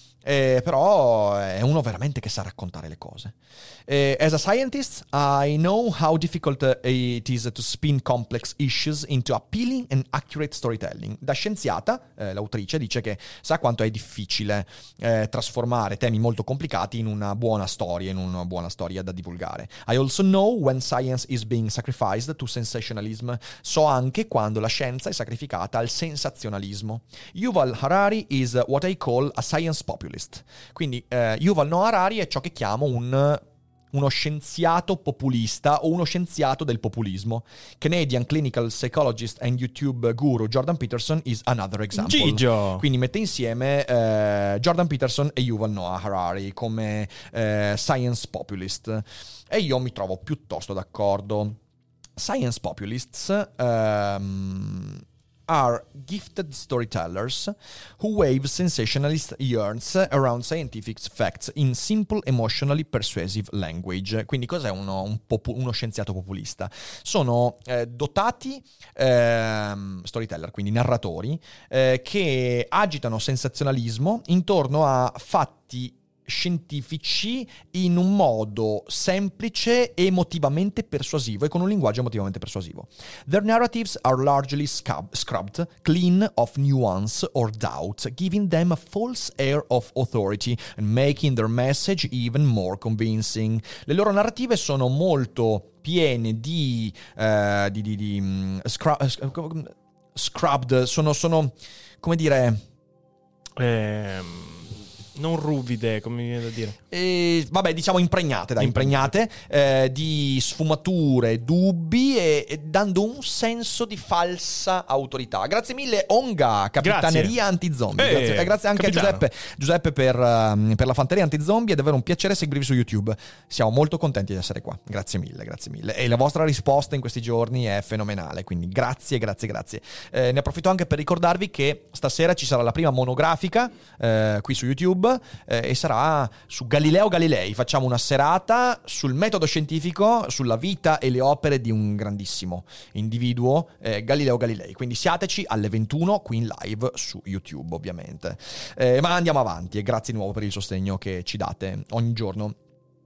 però è uno veramente che sa raccontare le cose. As a scientist, I know how difficult it is to spin complex issues into appealing and accurate storytelling. Da scienziata, l'autrice dice che sa quanto è difficile trasformare temi molto complicati in una buona storia da divulgare. I also know when science is being sacrificed to sensationalism. So anche quando la scienza è sacrificata al sensazionalismo. Yuval Harari is what I call a science populist. Quindi Yuval Noah Harari è ciò che chiamo uno scienziato populista o uno scienziato del populismo. Canadian clinical psychologist and YouTube guru Jordan Peterson is another example. Gigio! Quindi mette insieme Jordan Peterson e Yuval Noah Harari come science populist. E io mi trovo piuttosto d'accordo. Science populists are gifted storytellers who wave sensationalist yarns around scientific facts in simple, emotionally persuasive language. Quindi cos'è uno scienziato populista? Sono dotati storyteller, quindi narratori, che agitano sensazionalismo intorno a fatti scientifici in un modo semplice e emotivamente persuasivo, e con un linguaggio emotivamente persuasivo. Their narratives are largely scrubbed clean of nuance or doubt, giving them a false air of authority and making their message even more convincing. Le loro narrative sono molto piene di scrubbed, sono come dire, non ruvide, come mi viene da dire. Vabbè, diciamo impregnate di sfumature, dubbi e dando un senso di falsa autorità. Grazie mille Onga, Capitaneria Antizombie. Grazie anche capitano. a Giuseppe per la fanteria Antizombie. È davvero un piacere seguirvi su YouTube. Siamo molto contenti di essere qua. Grazie mille. E la vostra risposta in questi giorni è fenomenale, quindi grazie. Ne approfitto anche per ricordarvi che stasera ci sarà la prima monografica qui su YouTube, e sarà su Galileo Galilei. Facciamo una serata sul metodo scientifico, sulla vita e le opere di un grandissimo individuo, Galileo Galilei. Quindi siateci alle 21 qui in live su YouTube, ovviamente. Ma andiamo avanti, e grazie di nuovo per il sostegno che ci date ogni giorno.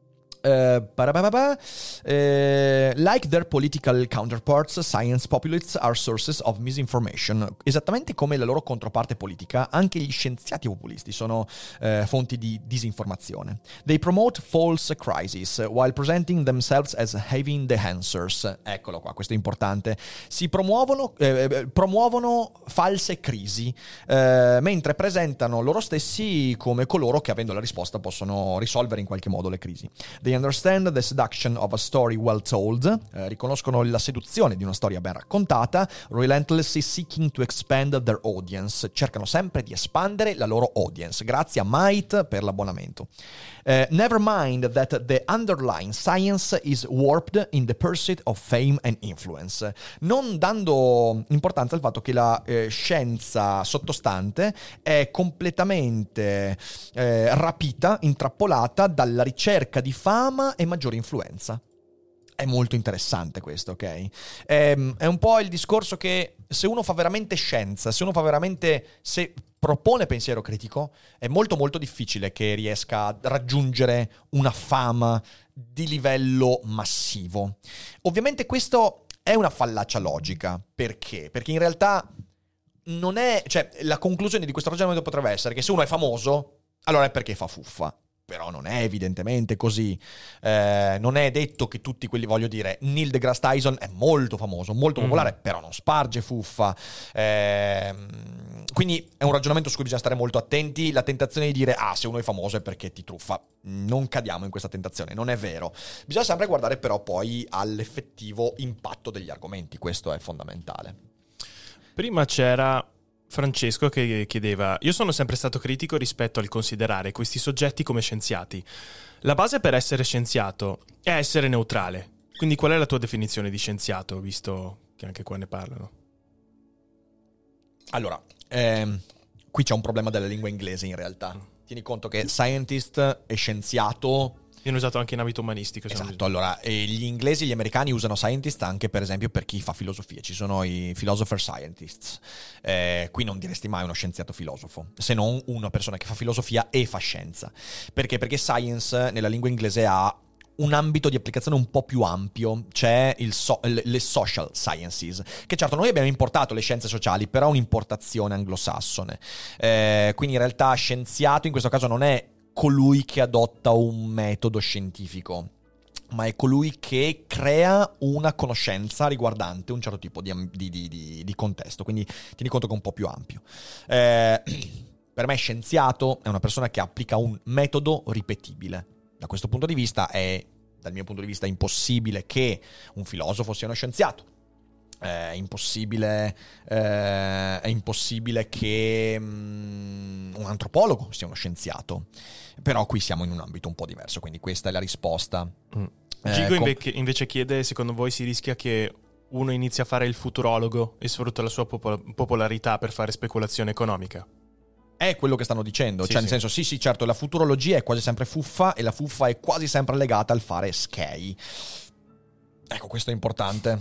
Like their political counterparts, science populists are sources of misinformation. Esattamente come la loro controparte politica, anche gli scienziati populisti sono fonti di disinformazione. They promote false crises while presenting themselves as having the answers. Eccolo qua, questo è importante. Si promuovono false crisi, mentre presentano loro stessi come coloro che, avendo la risposta, possono risolvere in qualche modo le crisi. They understand the seduction of a story well told, riconoscono la seduzione di una storia ben raccontata, relentlessly seeking to expand their audience, cercano sempre di espandere la loro audience. Grazie a Might per l'abbonamento. Never mind that the underlying science is warped in the pursuit of fame and influence. Non dando importanza al fatto che la scienza sottostante è completamente rapita, intrappolata dalla ricerca di fama e maggiore influenza. È molto interessante questo, ok? È un po' il discorso che se uno fa veramente scienza, se propone pensiero critico, è molto molto difficile che riesca a raggiungere una fama di livello massivo. Ovviamente questo è una fallacia logica. Perché? Perché in realtà non è... Cioè, la conclusione di questo ragionamento potrebbe essere che se uno è famoso, allora è perché fa fuffa. Però non è evidentemente così. Non è detto che tutti quelli, voglio dire, Neil deGrasse Tyson è molto famoso, molto popolare, però non sparge fuffa. Quindi è un ragionamento su cui bisogna stare molto attenti. La tentazione di dire, se uno è famoso è perché ti truffa. Non cadiamo in questa tentazione, non è vero. Bisogna sempre guardare però poi all'effettivo impatto degli argomenti, questo è fondamentale. Prima c'era Francesco che chiedeva: io sono sempre stato critico rispetto al considerare questi soggetti come scienziati. La base per essere scienziato è essere neutrale. Quindi qual è la tua definizione di scienziato, visto che anche qua ne parlano? Allora, qui c'è un problema della lingua inglese in realtà. Tieni conto che scientist e scienziato... Viene usato anche in ambito umanistico. Esatto, allora gli inglesi e gli americani usano scientist anche per esempio per chi fa filosofia, ci sono i philosopher scientists. Qui non diresti mai uno scienziato filosofo, se non una persona che fa filosofia e fa scienza. Perché? Perché science nella lingua inglese ha un ambito di applicazione un po' più ampio, c'è le social sciences, che certo noi abbiamo importato le scienze sociali, però è un'importazione anglosassone. Quindi in realtà scienziato in questo caso non è colui che adotta un metodo scientifico, ma è colui che crea una conoscenza riguardante un certo tipo di contesto, quindi tieni conto che è un po' più ampio. Per me scienziato è una persona che applica un metodo ripetibile. Da questo punto di vista dal mio punto di vista, impossibile che un filosofo sia uno scienziato. È impossibile che un antropologo sia uno scienziato. Però qui siamo in un ambito un po' diverso, quindi questa è la risposta. Gigo invece chiede: secondo voi si rischia che uno inizi a fare il futurologo e sfrutta la sua popolarità per fare speculazione economica? È quello che stanno dicendo, sì, nel senso sì, certo, la futurologia è quasi sempre fuffa e la fuffa è quasi sempre legata al fare schei. Ecco, questo è importante.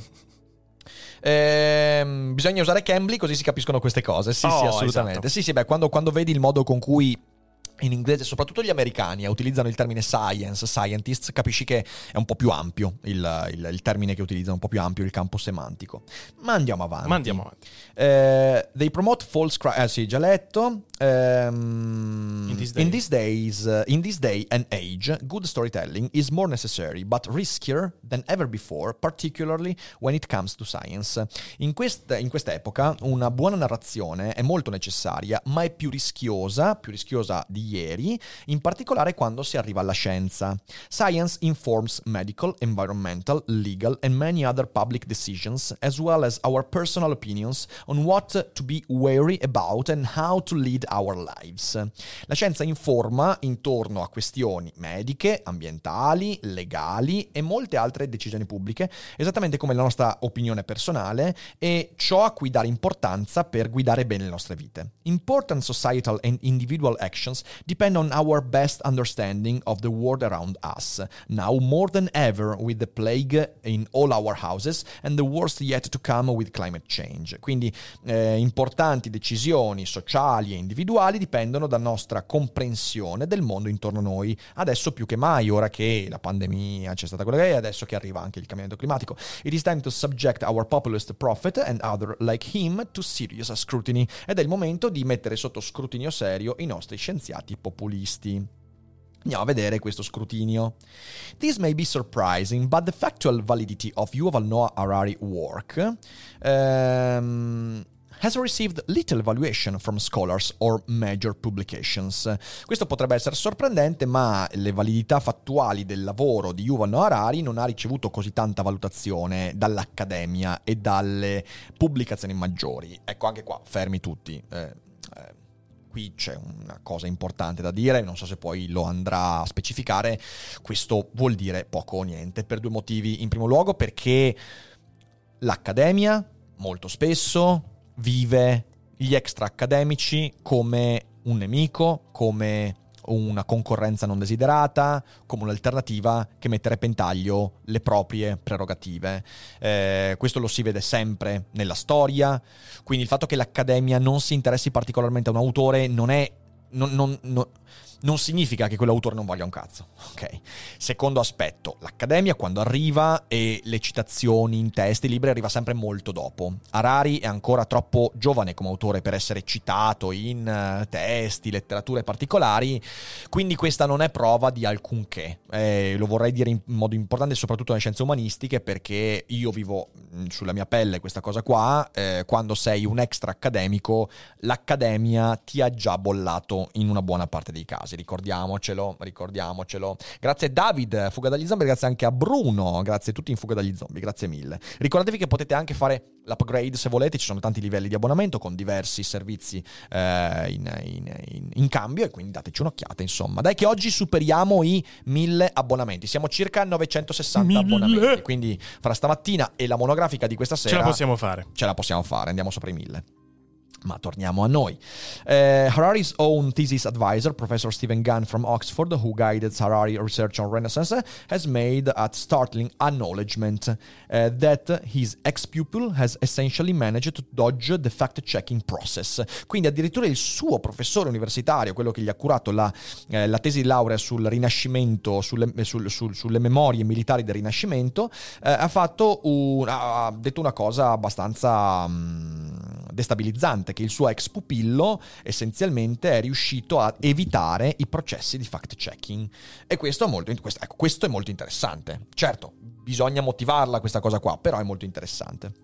Bisogna usare Cambly così si capiscono queste cose. Sì, assolutamente. Esatto. Sì, quando vedi il modo con cui in inglese, soprattutto gli americani, utilizzano il termine science, scientists, capisci che è un po' più ampio il termine che utilizzano, un po' più ampio il campo semantico. Ma andiamo avanti. They promote false sì, già letto. In this day and age, good storytelling is more necessary, but riskier than ever before, particularly when it comes to science. In questa epoca, una buona narrazione è molto necessaria, ma è più rischiosa di ieri, in particolare quando si arriva alla scienza. Science informs medical, environmental, legal and many other public decisions, as well as our personal opinions on what to be wary about and how to lead our lives. La scienza informa intorno a questioni mediche, ambientali, legali e molte altre decisioni pubbliche, esattamente come la nostra opinione personale e ciò a cui dare importanza per guidare bene le nostre vite. Important societal and individual actions depend on our best understanding of the world around us, now more than ever with the plague in all our houses and the worst yet to come with climate change. Quindi importanti decisioni sociali e individuali dipendono dalla nostra comprensione del mondo intorno a noi, adesso più che mai, ora che la pandemia c'è stata quella che è, adesso che arriva anche il cambiamento climatico. It is time to subject our populist prophet and other like him to serious scrutiny. Ed è il momento di mettere sotto scrutinio serio i nostri scienziati populisti. Andiamo a vedere questo scrutinio. This may be surprising, but the factual validity of Yuval Noah Harari work has received little valuation from scholars or major publications. Questo potrebbe essere sorprendente, ma le validità fattuali del lavoro di Yuval Noah Harari non ha ricevuto così tanta valutazione dall'accademia e dalle pubblicazioni maggiori. Ecco, anche qua, fermi tutti. Qui c'è una cosa importante da dire, non so se poi lo andrà a specificare. Questo vuol dire poco o niente per due motivi. In primo luogo perché l'accademia molto spesso vive gli extra accademici come un nemico, come una concorrenza non desiderata, come un'alternativa che mette a repentaglio le proprie prerogative. Questo lo si vede sempre nella storia, quindi il fatto che l'accademia non si interessi particolarmente a un autore non significa che quell'autore non valga un cazzo, ok? Secondo aspetto, l'accademia quando arriva e le citazioni in testi libri arriva sempre molto dopo. Harari è ancora troppo giovane come autore per essere citato in testi, letterature particolari, quindi questa non è prova di alcunché. Lo vorrei dire in modo importante, soprattutto nelle scienze umanistiche, perché io vivo sulla mia pelle questa cosa qua. Quando sei un extra accademico, l'accademia ti ha già bollato in una buona parte dei casi. Ricordiamocelo. Grazie David, Fuga dagli zombie, grazie anche a Bruno, grazie a tutti in Fuga dagli zombie, grazie mille. Ricordatevi che potete anche fare l'upgrade se volete, ci sono tanti livelli di abbonamento con diversi servizi in cambio, e quindi dateci un'occhiata, insomma. Dai che oggi superiamo i 1000 abbonamenti, siamo circa a 960 abbonamenti, quindi fra stamattina e la monografica di questa sera ce la possiamo fare, andiamo sopra i 1000. Ma torniamo a noi. Harari's own thesis advisor, Professor Stephen Gunn from Oxford, who guided Harari research on Renaissance, has made a startling acknowledgement that his ex-pupil has essentially managed to dodge the fact-checking process. Quindi addirittura il suo professore universitario, quello che gli ha curato la tesi di laurea sul Rinascimento, sulle memorie militari del Rinascimento, ha detto una cosa abbastanza destabilizzante, che il suo ex pupillo essenzialmente è riuscito a evitare i processi di fact-checking. E questo è molto interessante. Certo, bisogna motivarla questa cosa qua, però è molto interessante.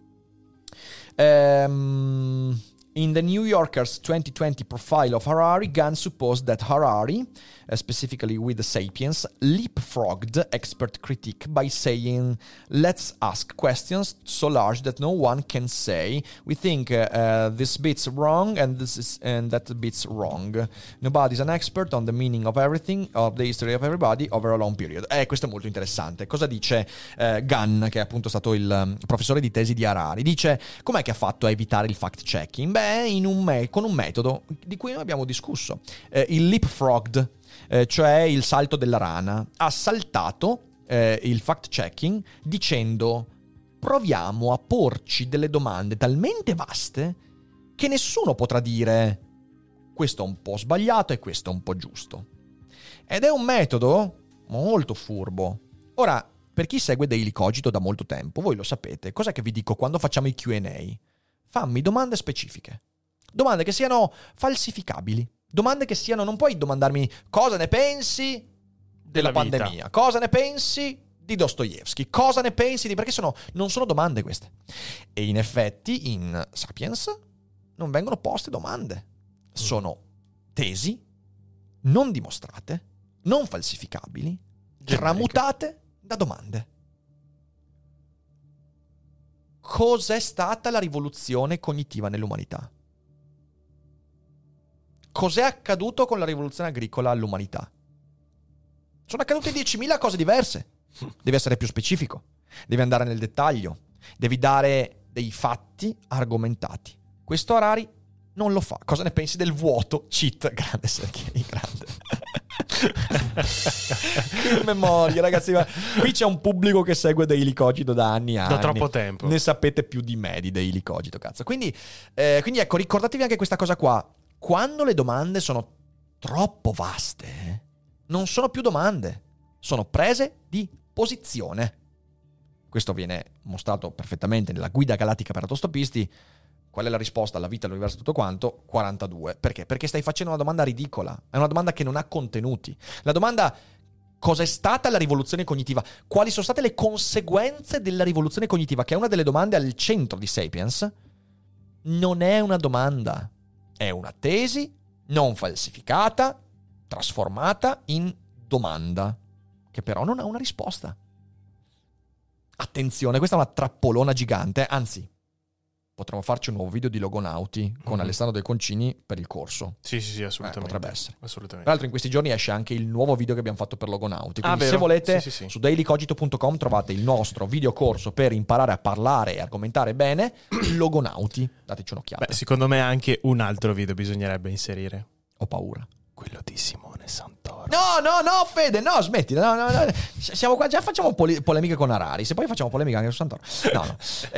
In the New Yorker's 2020 profile of Harari, Gunn supposed that Harari, specifically with the Sapiens, leapfrogged expert critique by saying, let's ask questions so large that no one can say, we think this bit's wrong and that bit's wrong. Nobody's an expert on the meaning of everything, of the history of everybody, over a long period. Questo è molto interessante. Cosa dice Gunn, che è appunto stato il professore di tesi di Harari? Dice, com'è che ha fatto a evitare il fact-checking? Con un metodo di cui noi abbiamo discusso, il leapfrogged, cioè il salto della rana. Ha saltato il fact-checking dicendo: proviamo a porci delle domande talmente vaste che nessuno potrà dire questo è un po' sbagliato e questo è un po' giusto. Ed è un metodo molto furbo. Ora, per chi segue Daily Cogito da molto tempo, voi lo sapete, cos'è che vi dico quando facciamo i Q&A? Fammi domande specifiche, domande che siano falsificabili, domande che siano, non puoi domandarmi cosa ne pensi della pandemia, cosa ne pensi di Dostoevsky, cosa ne pensi di... perché non sono domande queste. E in effetti in Sapiens non vengono poste domande, sono tesi non dimostrate, non falsificabili, tramutate da domande. Cos'è stata la rivoluzione cognitiva nell'umanità? Cos'è accaduto con la rivoluzione agricola all'umanità? Sono accadute 10.000 cose diverse. Devi essere più specifico, devi andare nel dettaglio, devi dare dei fatti argomentati. Questo Harari non lo fa. Cosa ne pensi del vuoto? Cheat, grande Sergei, grande. Che memoria, ragazzi. Qui c'è un pubblico che segue Daily Cogito da anni e anni. Da troppo tempo. Ne sapete più di me di Daily Cogito, cazzo. Quindi ecco, ricordatevi anche questa cosa qua. Quando le domande sono troppo vaste, non sono più domande, sono prese di posizione. Questo viene mostrato perfettamente nella guida galattica per autostoppisti. Qual è la risposta alla vita, all'universo, tutto quanto? 42. Perché? Perché stai facendo una domanda ridicola. È una domanda che non ha contenuti. La domanda: cosa è stata la rivoluzione cognitiva? Quali sono state le conseguenze della rivoluzione cognitiva? Che è una delle domande al centro di Sapiens. Non è una domanda. È una tesi non falsificata, trasformata in domanda, che però non ha una risposta. Attenzione, questa è una trappolona gigante. Anzi, potremmo farci un nuovo video di Logonauti con Alessandro De Concini per il corso. Sì, assolutamente. Potrebbe essere. Assolutamente. Tra l'altro in questi giorni esce anche il nuovo video che abbiamo fatto per Logonauti. Quindi vero? se volete, Sì. su dailycogito.com trovate il nostro videocorso per imparare a parlare e argomentare bene. Logonauti. Dateci un'occhiata. Beh, secondo me anche un altro video bisognerebbe inserire. Ho paura. Quello di Simone Santoro. No, Fede, no, smetti. No. Siamo qua, già facciamo polemiche con Harari. Se poi facciamo polemica anche su Santoro. No.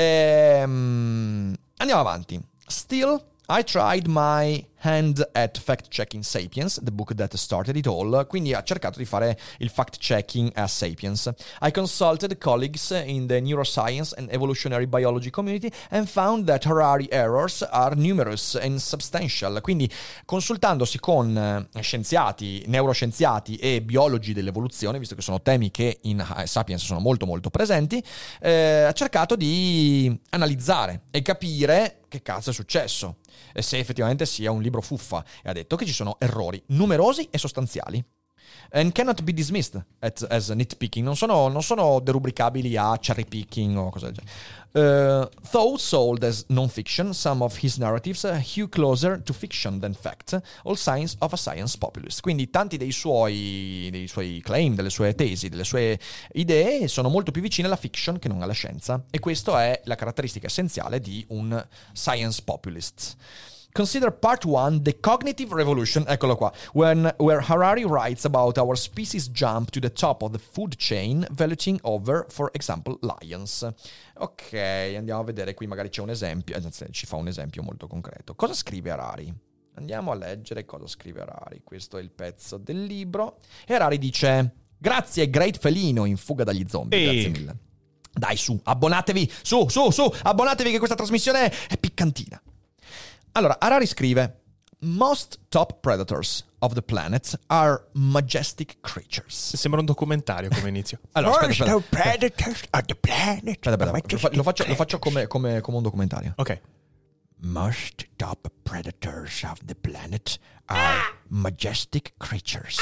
Andiamo avanti. Still, I tried my hand at fact-checking Sapiens, the book that started it all. Quindi ha cercato di fare il fact-checking a Sapiens. I consulted colleagues in the neuroscience and evolutionary biology community and found that Harari errors are numerous and substantial. Quindi, consultandosi con scienziati, neuroscienziati e biologi dell'evoluzione, visto che sono temi che in Sapiens sono molto molto presenti, ha cercato di analizzare e capire che cazzo è successo e se effettivamente sia un libro fuffa, e ha detto che ci sono errori numerosi e sostanziali and cannot be dismissed as nitpicking. Non sono derubricabili a cherry picking o cose del genere. Though sold as non-fiction, some of his narratives hew closer to fiction than fact, all signs of a science populist. Quindi tanti dei suoi claim, delle sue tesi, delle sue idee sono molto più vicine alla fiction che non alla scienza, e questa è la caratteristica essenziale di un science populist. Consider part 1, The Cognitive Revolution, eccolo qua, where Harari writes about our species jump to the top of the food chain, valuing over, for example, lions. Ok, andiamo a vedere, qui magari c'è un esempio, ci fa un esempio molto concreto. Cosa scrive Harari? Andiamo a leggere cosa scrive Harari. Questo è il pezzo del libro. E Harari dice: grazie, great felino in fuga dagli zombie. Grazie mille. Dai, su, abbonatevi, su, abbonatevi che questa trasmissione è piccantina. Allora, Harari scrive: most top predators of the planet are majestic creatures. Sembra un documentario come inizio. Allora, Most top predators of the planet. Aspetta, lo faccio come un documentario. Ok. Most top predators of the planet are majestic creatures.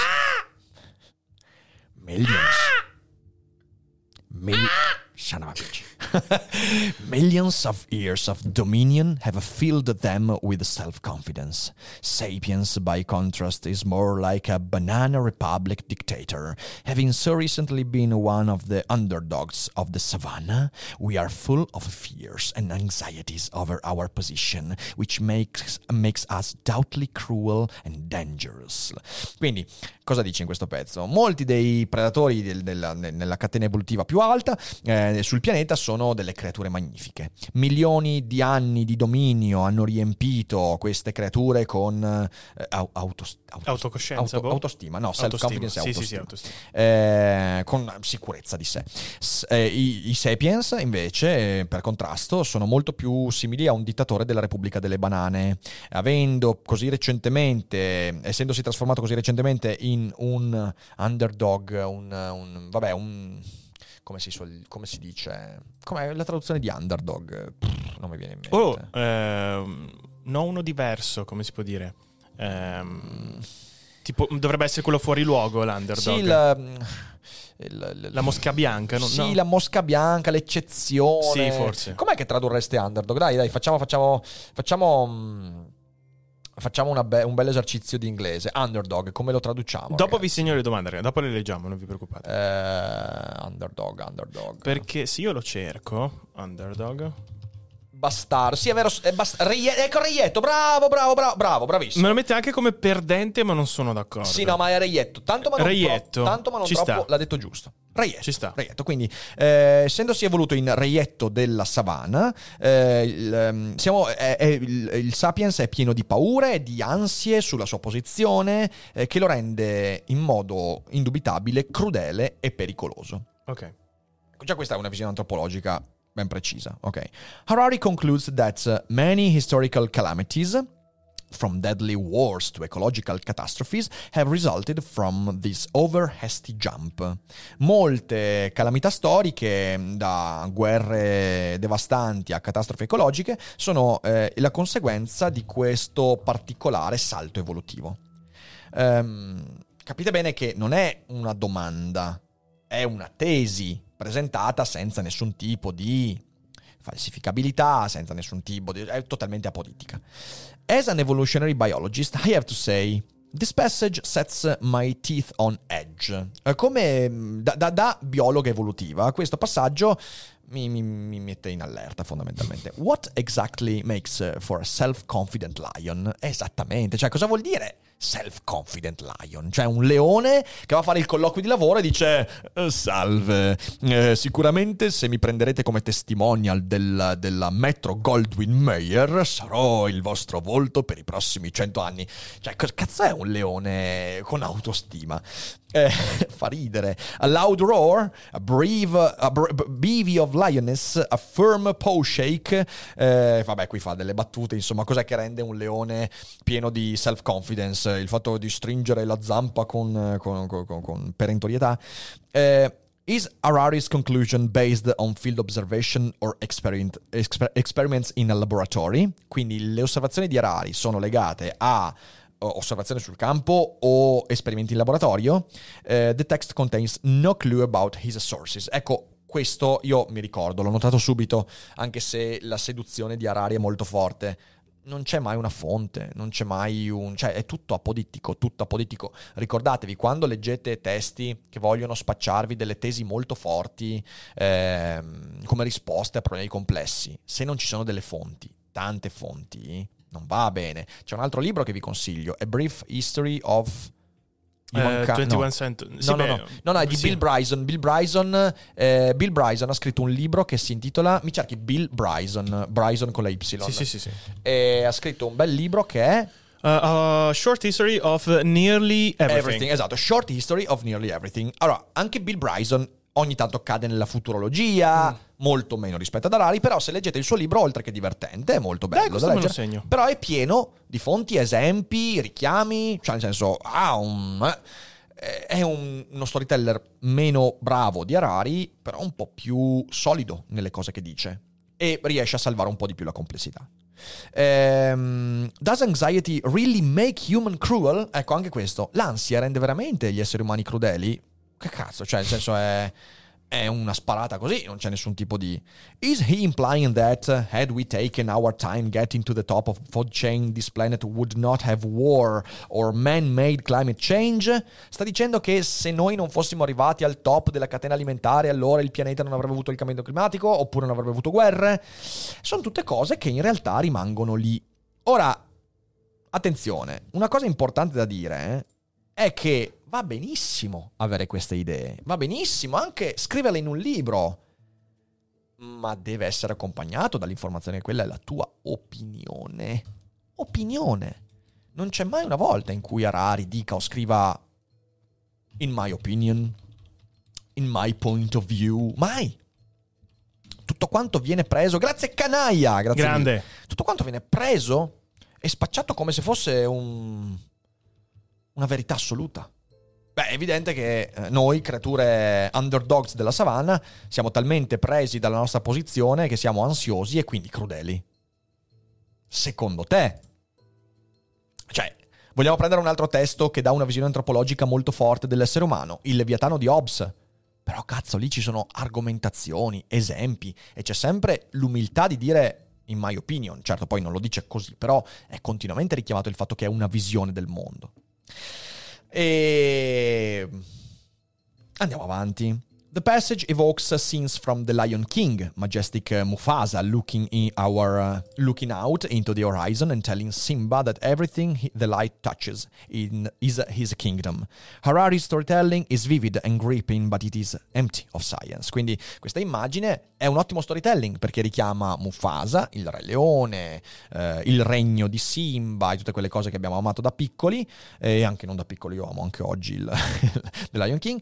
Son of a bitch. Millions of years of dominion have filled them with self-confidence. Sapiens, by contrast, is more like a banana republic dictator. Having so recently been one of the underdogs of the savannah, we are full of fears and anxieties over our position, which makes us doubtly cruel and dangerous. Quindi, cosa dice in questo pezzo? Molti dei predatori nella catena evolutiva più alta sul pianeta sono delle creature magnifiche. Milioni di anni di dominio hanno riempito queste creature con autocoscienza, autostima, no, self-confidence e autostima. Con sicurezza di sé. I Sapiens, invece, per contrasto, sono molto più simili a un dittatore della Repubblica delle Banane, essendosi trasformato così recentemente in un underdog, come si dice? Com'è la traduzione di underdog? Non mi viene in mente. No, uno diverso, come si può dire? Tipo, dovrebbe essere quello fuori luogo, l'underdog. Sì, la mosca bianca, no? Sì, la mosca bianca, l'eccezione. Sì, forse. Com'è che tradurreste underdog? Dai, facciamo un bel esercizio di inglese. Underdog, come lo traduciamo? Dopo ragazzi? vi segno le domande, ragazzi. Dopo le leggiamo, non vi preoccupate. Underdog. Perché se io lo cerco, underdog, Bastardo. Sì, è vero. Ecco Reietto. Bravo, bravissimo. Me lo mette anche come perdente, ma non sono d'accordo. Sì, no, ma è Reietto. Tanto ma non ci troppo. sta. L'ha detto giusto. Reietto. Ci sta. Reietto. Quindi, essendosi evoluto in reietto della savana, il Sapiens è pieno di paure e di ansie sulla sua posizione, che lo rende in modo indubitabile crudele e pericoloso. Ok. Già questa è una visione antropologica ben precisa, ok? Harari concludes that many historical calamities, from deadly wars to ecological catastrophes, have resulted from this over-hasty jump. Molte calamità storiche, da guerre devastanti a catastrofi ecologiche, sono la conseguenza di questo particolare salto evolutivo. Capite bene che non è una domanda, è una tesi presentata senza nessun tipo di falsificabilità, senza nessun tipo di... è totalmente apolitica. As an evolutionary biologist, I have to say, this passage sets my teeth on edge. Come da biologa evolutiva, questo passaggio mi mette in allerta fondamentalmente. What exactly makes for a self-confident lion? Esattamente, cioè cosa vuol dire self-confident lion? Cioè un leone che va a fare il colloquio di lavoro e dice salve, sicuramente se mi prenderete come testimonial della Metro Goldwyn Mayer sarò il vostro volto per i prossimi 100 anni. Cioè cazzo è un leone con autostima? Fa ridere. A loud roar, a bevy of lioness, a firm paw shake. Vabbè, qui fa delle battute, insomma, cos'è che rende un leone pieno di self-confidence? Il fatto di stringere la zampa con perentorietà. Is Harari's conclusion based on field observation or experiments in a laboratory? Quindi le osservazioni di Harari sono legate a osservazioni sul campo o esperimenti in laboratorio. The text contains no clue about his sources. Ecco, questo io mi ricordo, l'ho notato subito, anche se la seduzione di Harari è molto forte. Non c'è mai una fonte, non c'è mai cioè è tutto apodittico. Ricordatevi, quando leggete testi che vogliono spacciarvi delle tesi molto forti come risposte a problemi complessi, se non ci sono delle fonti, tante fonti, non va bene. C'è un altro libro che vi consiglio, A Brief History of 21 Century. No, è di Bill Bryson. Bill Bryson ha scritto un libro che si intitola, mi cerchi Bill Bryson con la Y. Sì. E ha scritto un bel libro che è Short History of Nearly Everything. Esatto, Short History of Nearly Everything. Allora, anche Bill Bryson ogni tanto cade nella futurologia, molto meno rispetto ad Harari, però se leggete il suo libro, oltre che divertente, è molto bello da leggere, segno. Però è pieno di fonti, esempi, richiami, cioè nel senso, è uno storyteller meno bravo di Harari, però un po' più solido nelle cose che dice e riesce a salvare un po' di più la complessità. Does anxiety really make human cruel? Ecco, anche questo. L'ansia rende veramente gli esseri umani crudeli? Che cazzo, cioè nel senso è una sparata così, non c'è nessun tipo di... Is he implying that had we taken our time getting to the top of the food chain, this planet would not have war or man-made climate change? Sta dicendo che se noi non fossimo arrivati al top della catena alimentare, allora il pianeta non avrebbe avuto il cambiamento climatico, oppure non avrebbe avuto guerre? Sono tutte cose che in realtà rimangono lì. Ora, attenzione, una cosa importante da dire è che va benissimo avere queste idee, va benissimo anche scriverle in un libro, ma deve essere accompagnato dall'informazione che quella è la tua opinione. Non c'è mai una volta in cui Harari dica o scriva in my opinion, in my point of view, mai. Tutto quanto viene preso, grazie Canaia, grazie grande mille. Tutto quanto viene preso e spacciato come se fosse una verità assoluta. Beh, è evidente che noi, creature underdogs della savana, siamo talmente presi dalla nostra posizione che siamo ansiosi e quindi crudeli. Secondo te? Cioè, vogliamo prendere un altro testo che dà una visione antropologica molto forte dell'essere umano, il Leviatano di Hobbes. Però cazzo, lì ci sono argomentazioni, esempi, e c'è sempre l'umiltà di dire in my opinion. Certo, poi non lo dice così, però è continuamente richiamato il fatto che è una visione del mondo. E andiamo avanti. The passage evokes scenes from The Lion King, majestic Mufasa looking out into the horizon and telling Simba that everything the light touches is his kingdom. Harari's storytelling is vivid and gripping, but it is empty of science. Quindi questa immagine è un ottimo storytelling perché richiama Mufasa, il Re Leone, il regno di Simba e tutte quelle cose che abbiamo amato da piccoli, e anche non da piccoli, io amo anche oggi The Lion King.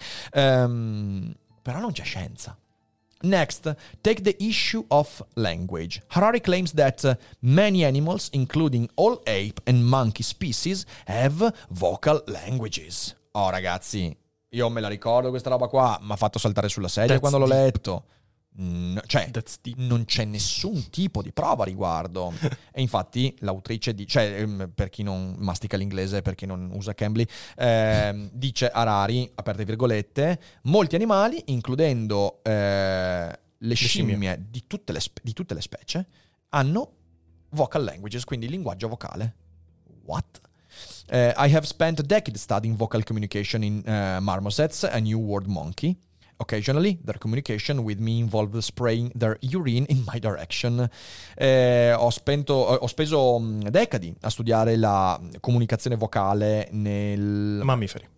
Però non c'è scienza. Next, take the issue of language. Harari claims that many animals, including all ape and monkey species, have vocal languages. Oh ragazzi, io me la ricordo questa roba qua, mi ha fatto saltare sulla sedia quando l'ho letto. Cioè, non c'è nessun tipo di prova a riguardo. E infatti l'autrice per chi non mastica l'inglese, per chi non usa Cambly, dice Harari, aperte virgolette, molti animali, includendo le scimmie di tutte le specie, hanno vocal languages, quindi linguaggio vocale. What? I have spent a decade studying vocal communication in marmosets, a New World monkey. Occasionally, their communication with me involved spraying their urine in my direction. Ho speso decadi a studiare la comunicazione vocale nel... Mammiferi.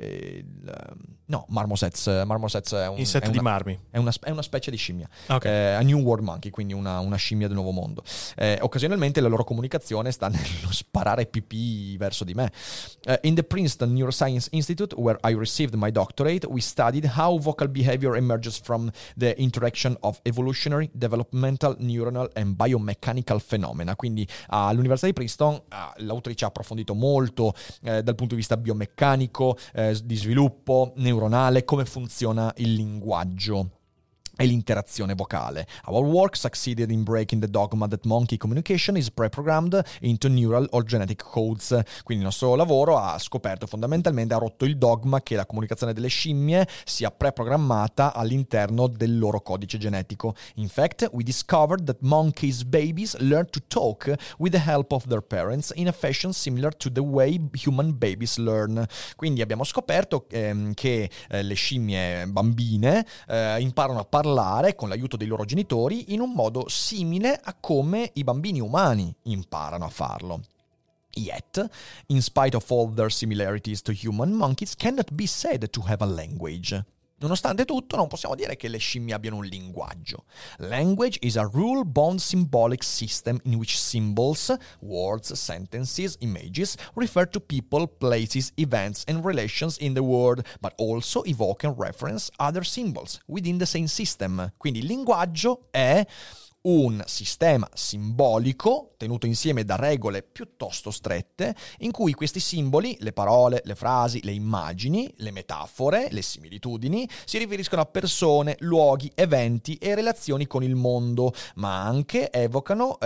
No, marmosets è insetti di marmi. È una specie di scimmia. Okay. A New World monkey, quindi una scimmia del nuovo mondo. Occasionalmente la loro comunicazione sta nello sparare pipì verso di me. In the Princeton Neuroscience Institute, where I received my doctorate, we studied how vocal behavior emerges from the interaction of evolutionary, developmental, neuronal and biomechanical phenomena. Quindi all'Università di Princeton l'autrice ha approfondito molto dal punto di vista biomeccanico, di sviluppo neuronale, come funziona il linguaggio e l'interazione vocale. Our work succeeded in breaking the dogma that monkey communication is pre-programmed into neural or genetic codes. Quindi il nostro lavoro ha scoperto fondamentalmente, ha rotto il dogma che la comunicazione delle scimmie sia pre-programmata all'interno del loro codice genetico. In fact, we discovered that monkeys' babies learn to talk with the help of their parents in a fashion similar to the way human babies learn. Quindi abbiamo scoperto che le scimmie bambine imparano a parlare con l'aiuto dei loro genitori in un modo simile a come i bambini umani imparano a farlo. Yet, in spite of all their similarities to human, monkeys cannot be said to have a language. Nonostante tutto, non possiamo dire che le scimmie abbiano un linguaggio. Language is a rule-bound symbolic system in which symbols, words, sentences, images refer to people, places, events and relations in the world, but also evoke and reference other symbols within the same system. Quindi il linguaggio è un sistema simbolico tenuto insieme da regole piuttosto strette, in cui questi simboli, le parole, le frasi, le immagini, le metafore, le similitudini, si riferiscono a persone, luoghi, eventi e relazioni con il mondo, ma anche evocano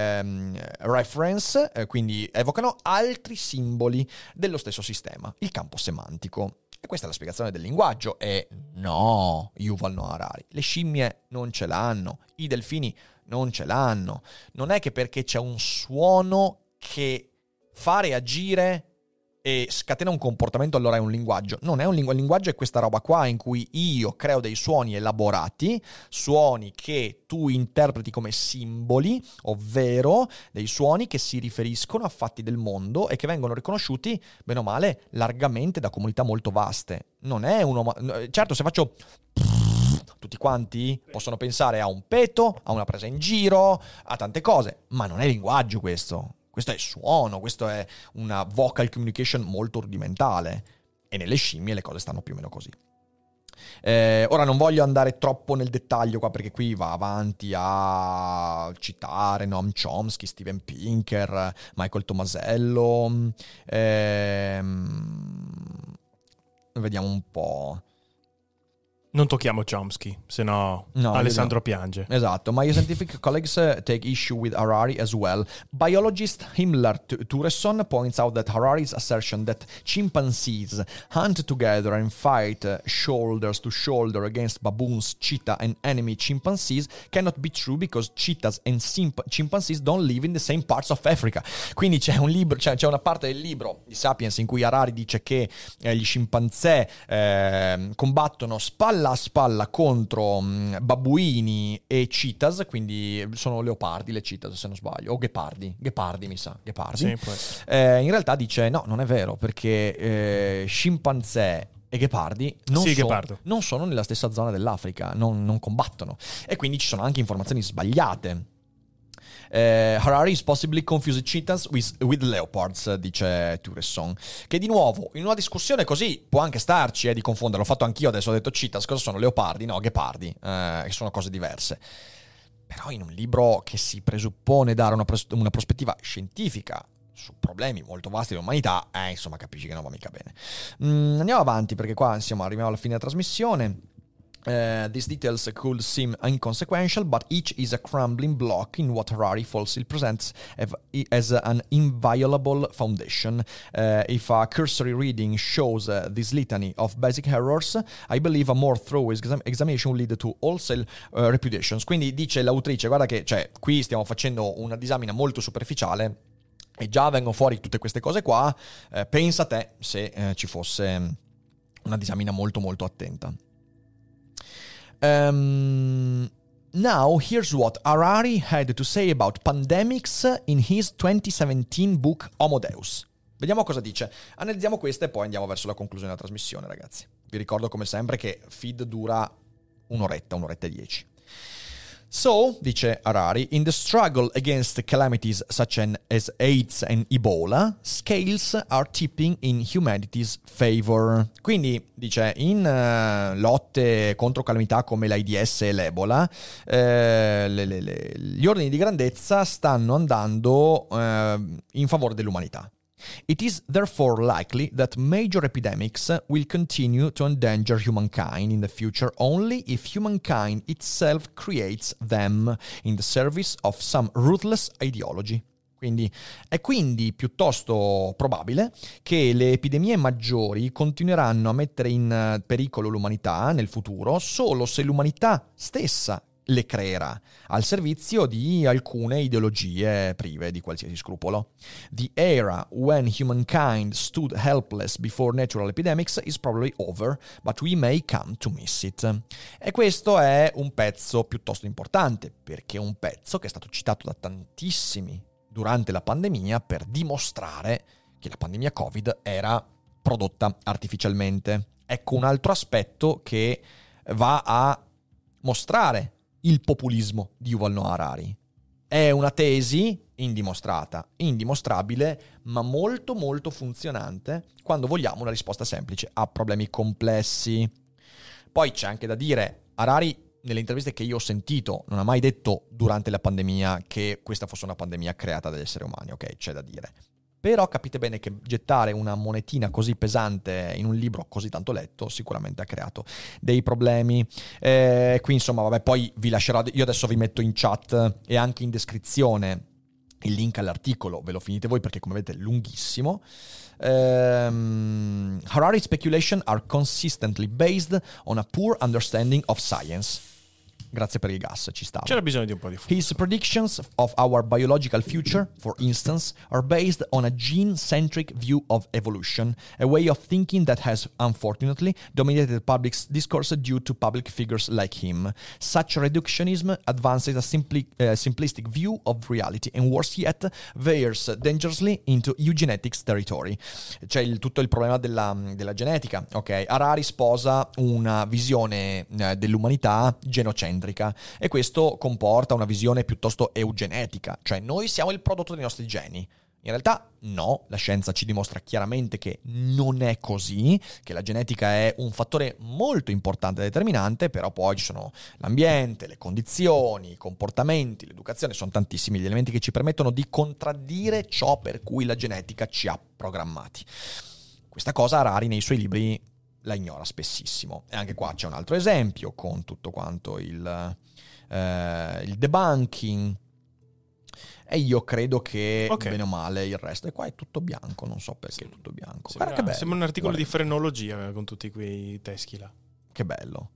reference, quindi evocano altri simboli dello stesso sistema, il campo semantico. E questa è la spiegazione del linguaggio. E no, Yuval Noah Harari, le scimmie non ce l'hanno, i delfini non ce l'hanno. Non è che perché c'è un suono che fa reagire e scatena un comportamento allora è un linguaggio. Non è un linguaggio. Il linguaggio è questa roba qua in cui io creo dei suoni elaborati, suoni che tu interpreti come simboli, ovvero dei suoni che si riferiscono a fatti del mondo e che vengono riconosciuti, bene o male, largamente da comunità molto vaste. Non è certo, se faccio tutti quanti possono pensare a un peto, a una presa in giro, a tante cose, ma non è linguaggio questo. Questo è suono, questo è una vocal communication molto rudimentale. E nelle scimmie le cose stanno più o meno così. Ora non voglio andare troppo nel dettaglio qua, perché qui va avanti a citare Noam Chomsky, Steven Pinker, Michael Tomasello. Vediamo un po'. Non tocchiamo Chomsky, se no Alessandro piange. Esatto. My scientific colleagues take issue with Harari as well. Biologist Himmler Turesson points out that Harari's assertion that chimpanzees hunt together and fight shoulders to shoulder against baboons, cheetah and enemy chimpanzees cannot be true because cheetahs and chimpanzees don't live in the same parts of Africa. Quindi c'è un libro, c'è una parte del libro di Sapiens in cui Harari dice che gli scimpanzé combattono spalla spalla a spalla contro babbuini e cheetahs, quindi sono leopardi le cheetahs se non sbaglio, o ghepardi mi sa, ghepardi. Sì, può essere. In realtà dice no, non è vero, perché scimpanzé e ghepardi non sono nella stessa zona dell'Africa, non combattono, e quindi ci sono anche informazioni sbagliate. Harari is possibly confused cheetahs with leopards, dice Turesson, che di nuovo in una discussione così può anche starci di confonderlo. L'ho fatto anch'io, adesso ho detto cheetahs, cosa sono leopardi? No, ghepardi, sono cose diverse. Però in un libro che si presuppone dare una prospettiva scientifica su problemi molto vasti dell'umanità, insomma capisci che non va mica bene. Andiamo avanti, perché qua arriviamo alla fine della trasmissione. These details could seem inconsequential, but each is a crumbling block in what Harari falsely presents as an inviolable foundation. If a cursory reading shows this litany of basic errors, I believe a more thorough examination will lead to wholesale repudiations. Quindi dice l'autrice, guarda che qui stiamo facendo una disamina molto superficiale e già vengono fuori tutte queste cose qua, pensa a te se ci fosse una disamina molto molto attenta. Now, here's what Harari had to say about pandemics in his 2017 book Homo Deus. Vediamo cosa dice. Analizziamo questa e poi andiamo verso la conclusione della trasmissione, ragazzi. Vi ricordo come sempre che feed dura un'oretta e 10. So, dice Harari, in the struggle against calamities such as AIDS and Ebola, scales are tipping in humanity's favor. Quindi, dice, in lotte contro calamità come l'AIDS e l'Ebola, gli ordini di grandezza stanno andando in favore dell'umanità. It is therefore likely that major epidemics will continue to endanger humankind in the future only if humankind itself creates them in the service of some ruthless ideology. È quindi piuttosto probabile che le epidemie maggiori continueranno a mettere in pericolo l'umanità nel futuro solo se l'umanità stessa le creerà al servizio di alcune ideologie prive di qualsiasi scrupolo. The era when humankind stood helpless before natural epidemics is probably over, but we may come to miss it. E questo è un pezzo piuttosto importante, perché è un pezzo che è stato citato da tantissimi durante la pandemia per dimostrare che la pandemia Covid era prodotta artificialmente. Ecco un altro aspetto che va a mostrare il populismo di Yuval Noah Harari. È una tesi indimostrata, indimostrabile, ma molto molto funzionante quando vogliamo una risposta semplice a problemi complessi. Poi c'è anche da dire, Harari nelle interviste che io ho sentito non ha mai detto durante la pandemia che questa fosse una pandemia creata dagli esseri umani, ok? C'è da dire. Però capite bene che gettare una monetina così pesante in un libro così tanto letto sicuramente ha creato dei problemi. Qui insomma, vabbè, poi vi lascerò, io adesso vi metto in chat e anche in descrizione il link all'articolo, ve lo finite voi perché come vedete è lunghissimo. Harari's speculation are consistently based on a poor understanding of science. Grazie per il gas, ci stava. C'era bisogno di un po' di fuoco. His predictions of our biological future, for instance, are based on a gene-centric view of evolution, a way of thinking that has, unfortunately, dominated public discourse due to public figures like him. Such reductionism advances a simplistic view of reality and, worse yet, veers dangerously into eugenetics territory. C'è tutto il problema della genetica, ok? Harari sposa una visione dell'umanità genocentrica. E questo comporta una visione piuttosto eugenetica, cioè noi siamo il prodotto dei nostri geni. In realtà no, la scienza ci dimostra chiaramente che non è così, che la genetica è un fattore molto importante e determinante, però poi ci sono l'ambiente, le condizioni, i comportamenti, l'educazione, sono tantissimi gli elementi che ci permettono di contraddire ciò per cui la genetica ci ha programmati. Questa cosa Harari nei suoi libri la ignora spessissimo. E anche qua c'è un altro esempio con tutto quanto il debunking. E io credo che bene o male il resto. E qua è tutto bianco, non so perché è tutto bianco. Sembra un articolo di frenologia con tutti quei teschi là. Che bello.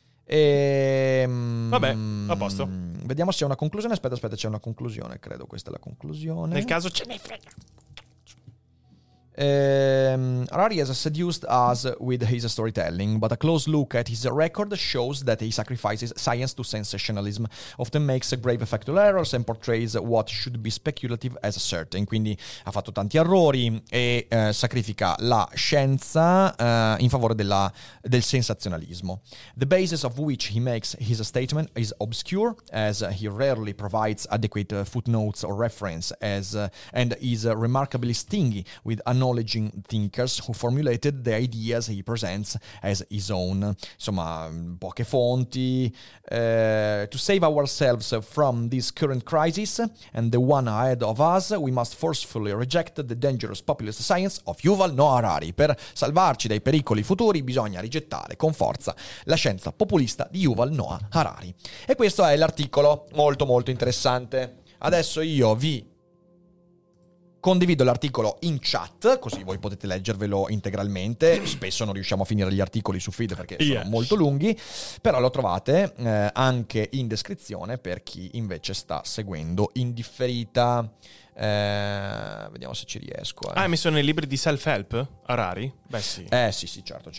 Vabbè, a posto. Vediamo se c'è una conclusione. Aspetta, c'è una conclusione. Credo questa è la conclusione. Nel caso ce ne frega. Harari has seduced us with his storytelling, but a close look at his record shows that he sacrifices science to sensationalism, often makes grave factual errors and portrays what should be speculative as certain. Quindi ha fatto tanti errori e sacrifica la scienza in favore del sensazionalismo. The basis of which he makes his statement is obscure, as he rarely provides adequate footnotes or reference, and is remarkably stingy with acknowledging thinkers who formulated the ideas he presents as his own. Insomma, poche fonti. To save ourselves from this current crisis and the one ahead of us, we must forcefully reject the dangerous populist science of Yuval Noah Harari. Per salvarci dai pericoli futuri bisogna rigettare con forza la scienza populista di Yuval Noah Harari. E questo è l'articolo, molto molto interessante. Adesso io vi condivido l'articolo in chat, così voi potete leggervelo integralmente. Spesso non riusciamo a finire gli articoli su feed perché sono molto lunghi, però lo trovate anche in descrizione per chi invece sta seguendo in differita. Vediamo se ci riesco. Hai messo nei libri di self-help Harari? Beh sì. Sì, certo.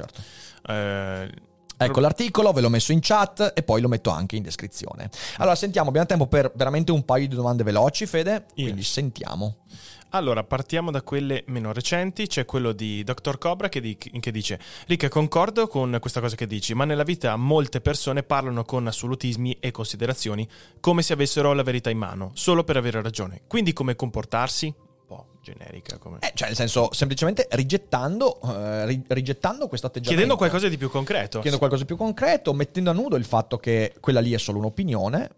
Ecco l'articolo, ve l'ho messo in chat e poi lo metto anche in descrizione. Allora sentiamo, abbiamo tempo per veramente un paio di domande veloci, Fede, quindi sentiamo. Allora, partiamo da quelle meno recenti. C'è quello di Dr. Cobra che dice: Rick, concordo con questa cosa che dici, ma nella vita molte persone parlano con assolutismi e considerazioni come se avessero la verità in mano, solo per avere ragione. Quindi come comportarsi? Un po' generica come... Cioè nel senso, semplicemente rigettando questo atteggiamento. Chiedendo qualcosa di più concreto. Mettendo a nudo il fatto che quella lì è solo un'opinione.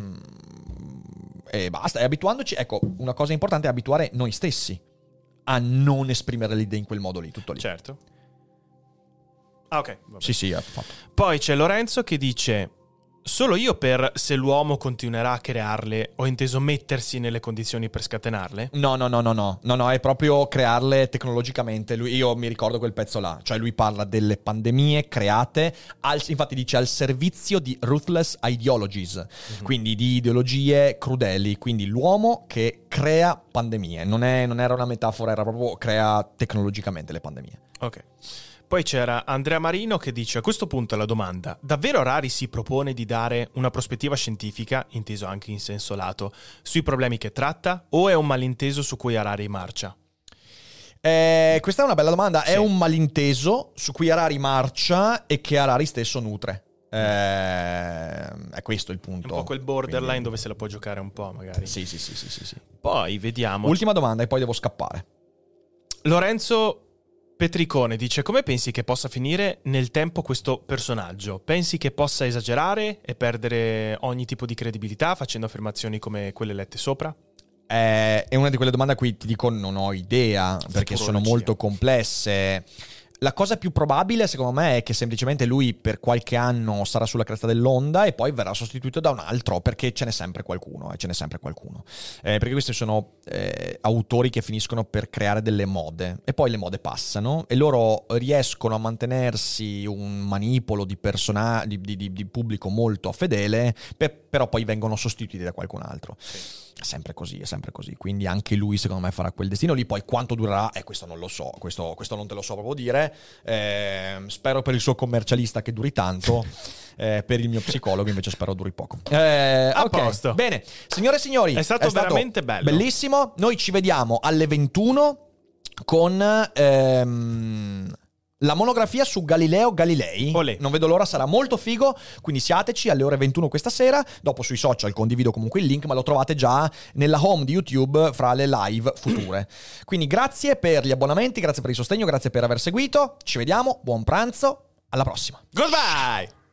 E basta, e abituandoci, ecco, una cosa importante è abituare noi stessi a non esprimere le idee in quel modo lì, tutto lì. Certo. Ah, ok. Vabbè. Sì, è fatto. Poi c'è Lorenzo che dice: solo io per se l'uomo continuerà a crearle ho inteso mettersi nelle condizioni per scatenarle? No, è proprio crearle tecnologicamente. Io mi ricordo quel pezzo là, cioè lui parla delle pandemie create, infatti dice al servizio di ruthless ideologies, quindi di ideologie crudeli, quindi l'uomo che crea pandemie, non era una metafora, era proprio crea tecnologicamente le pandemie. Ok. Poi c'era Andrea Marino che dice: a questo punto la domanda: davvero Harari si propone di dare una prospettiva scientifica, inteso anche in senso lato, sui problemi che tratta, o è un malinteso su cui Harari marcia? Questa è una bella domanda. Sì. È un malinteso su cui Harari marcia e che Harari stesso nutre. È questo il punto. È un po' quel borderline dove se la può giocare un po', magari. Sì. Poi vediamo. Ultima domanda e poi devo scappare. Lorenzo Petricone dice: come pensi che possa finire nel tempo questo personaggio? Pensi che possa esagerare e perdere ogni tipo di credibilità facendo affermazioni come quelle lette sopra? È una di quelle domande a cui ti dico non ho idea, perché sono molto complesse. La cosa più probabile, secondo me, è che semplicemente lui per qualche anno sarà sulla cresta dell'onda e poi verrà sostituito da un altro, perché ce n'è sempre qualcuno. Perché questi sono autori che finiscono per creare delle mode e poi le mode passano e loro riescono a mantenersi un manipolo di pubblico molto fedele, però poi vengono sostituiti da qualcun altro. Sì. È sempre così. Quindi anche lui, secondo me, farà quel destino lì. Poi quanto durerà, questo non lo so. Questo non te lo so proprio dire. Spero per il suo commercialista che duri tanto. Per il mio psicologo invece spero duri poco. A ok, posto. Bene, signore e signori, è stato veramente bello. Bellissimo. Noi ci vediamo alle 21 con la monografia su Galileo Galilei. Olè. Non vedo l'ora, sarà molto figo. Quindi siateci alle ore 21 questa sera. Dopo sui social condivido comunque il link, ma lo trovate già nella home di YouTube fra le live future. Quindi grazie per gli abbonamenti, grazie per il sostegno, grazie per aver seguito. Ci vediamo, buon pranzo, alla prossima. Goodbye.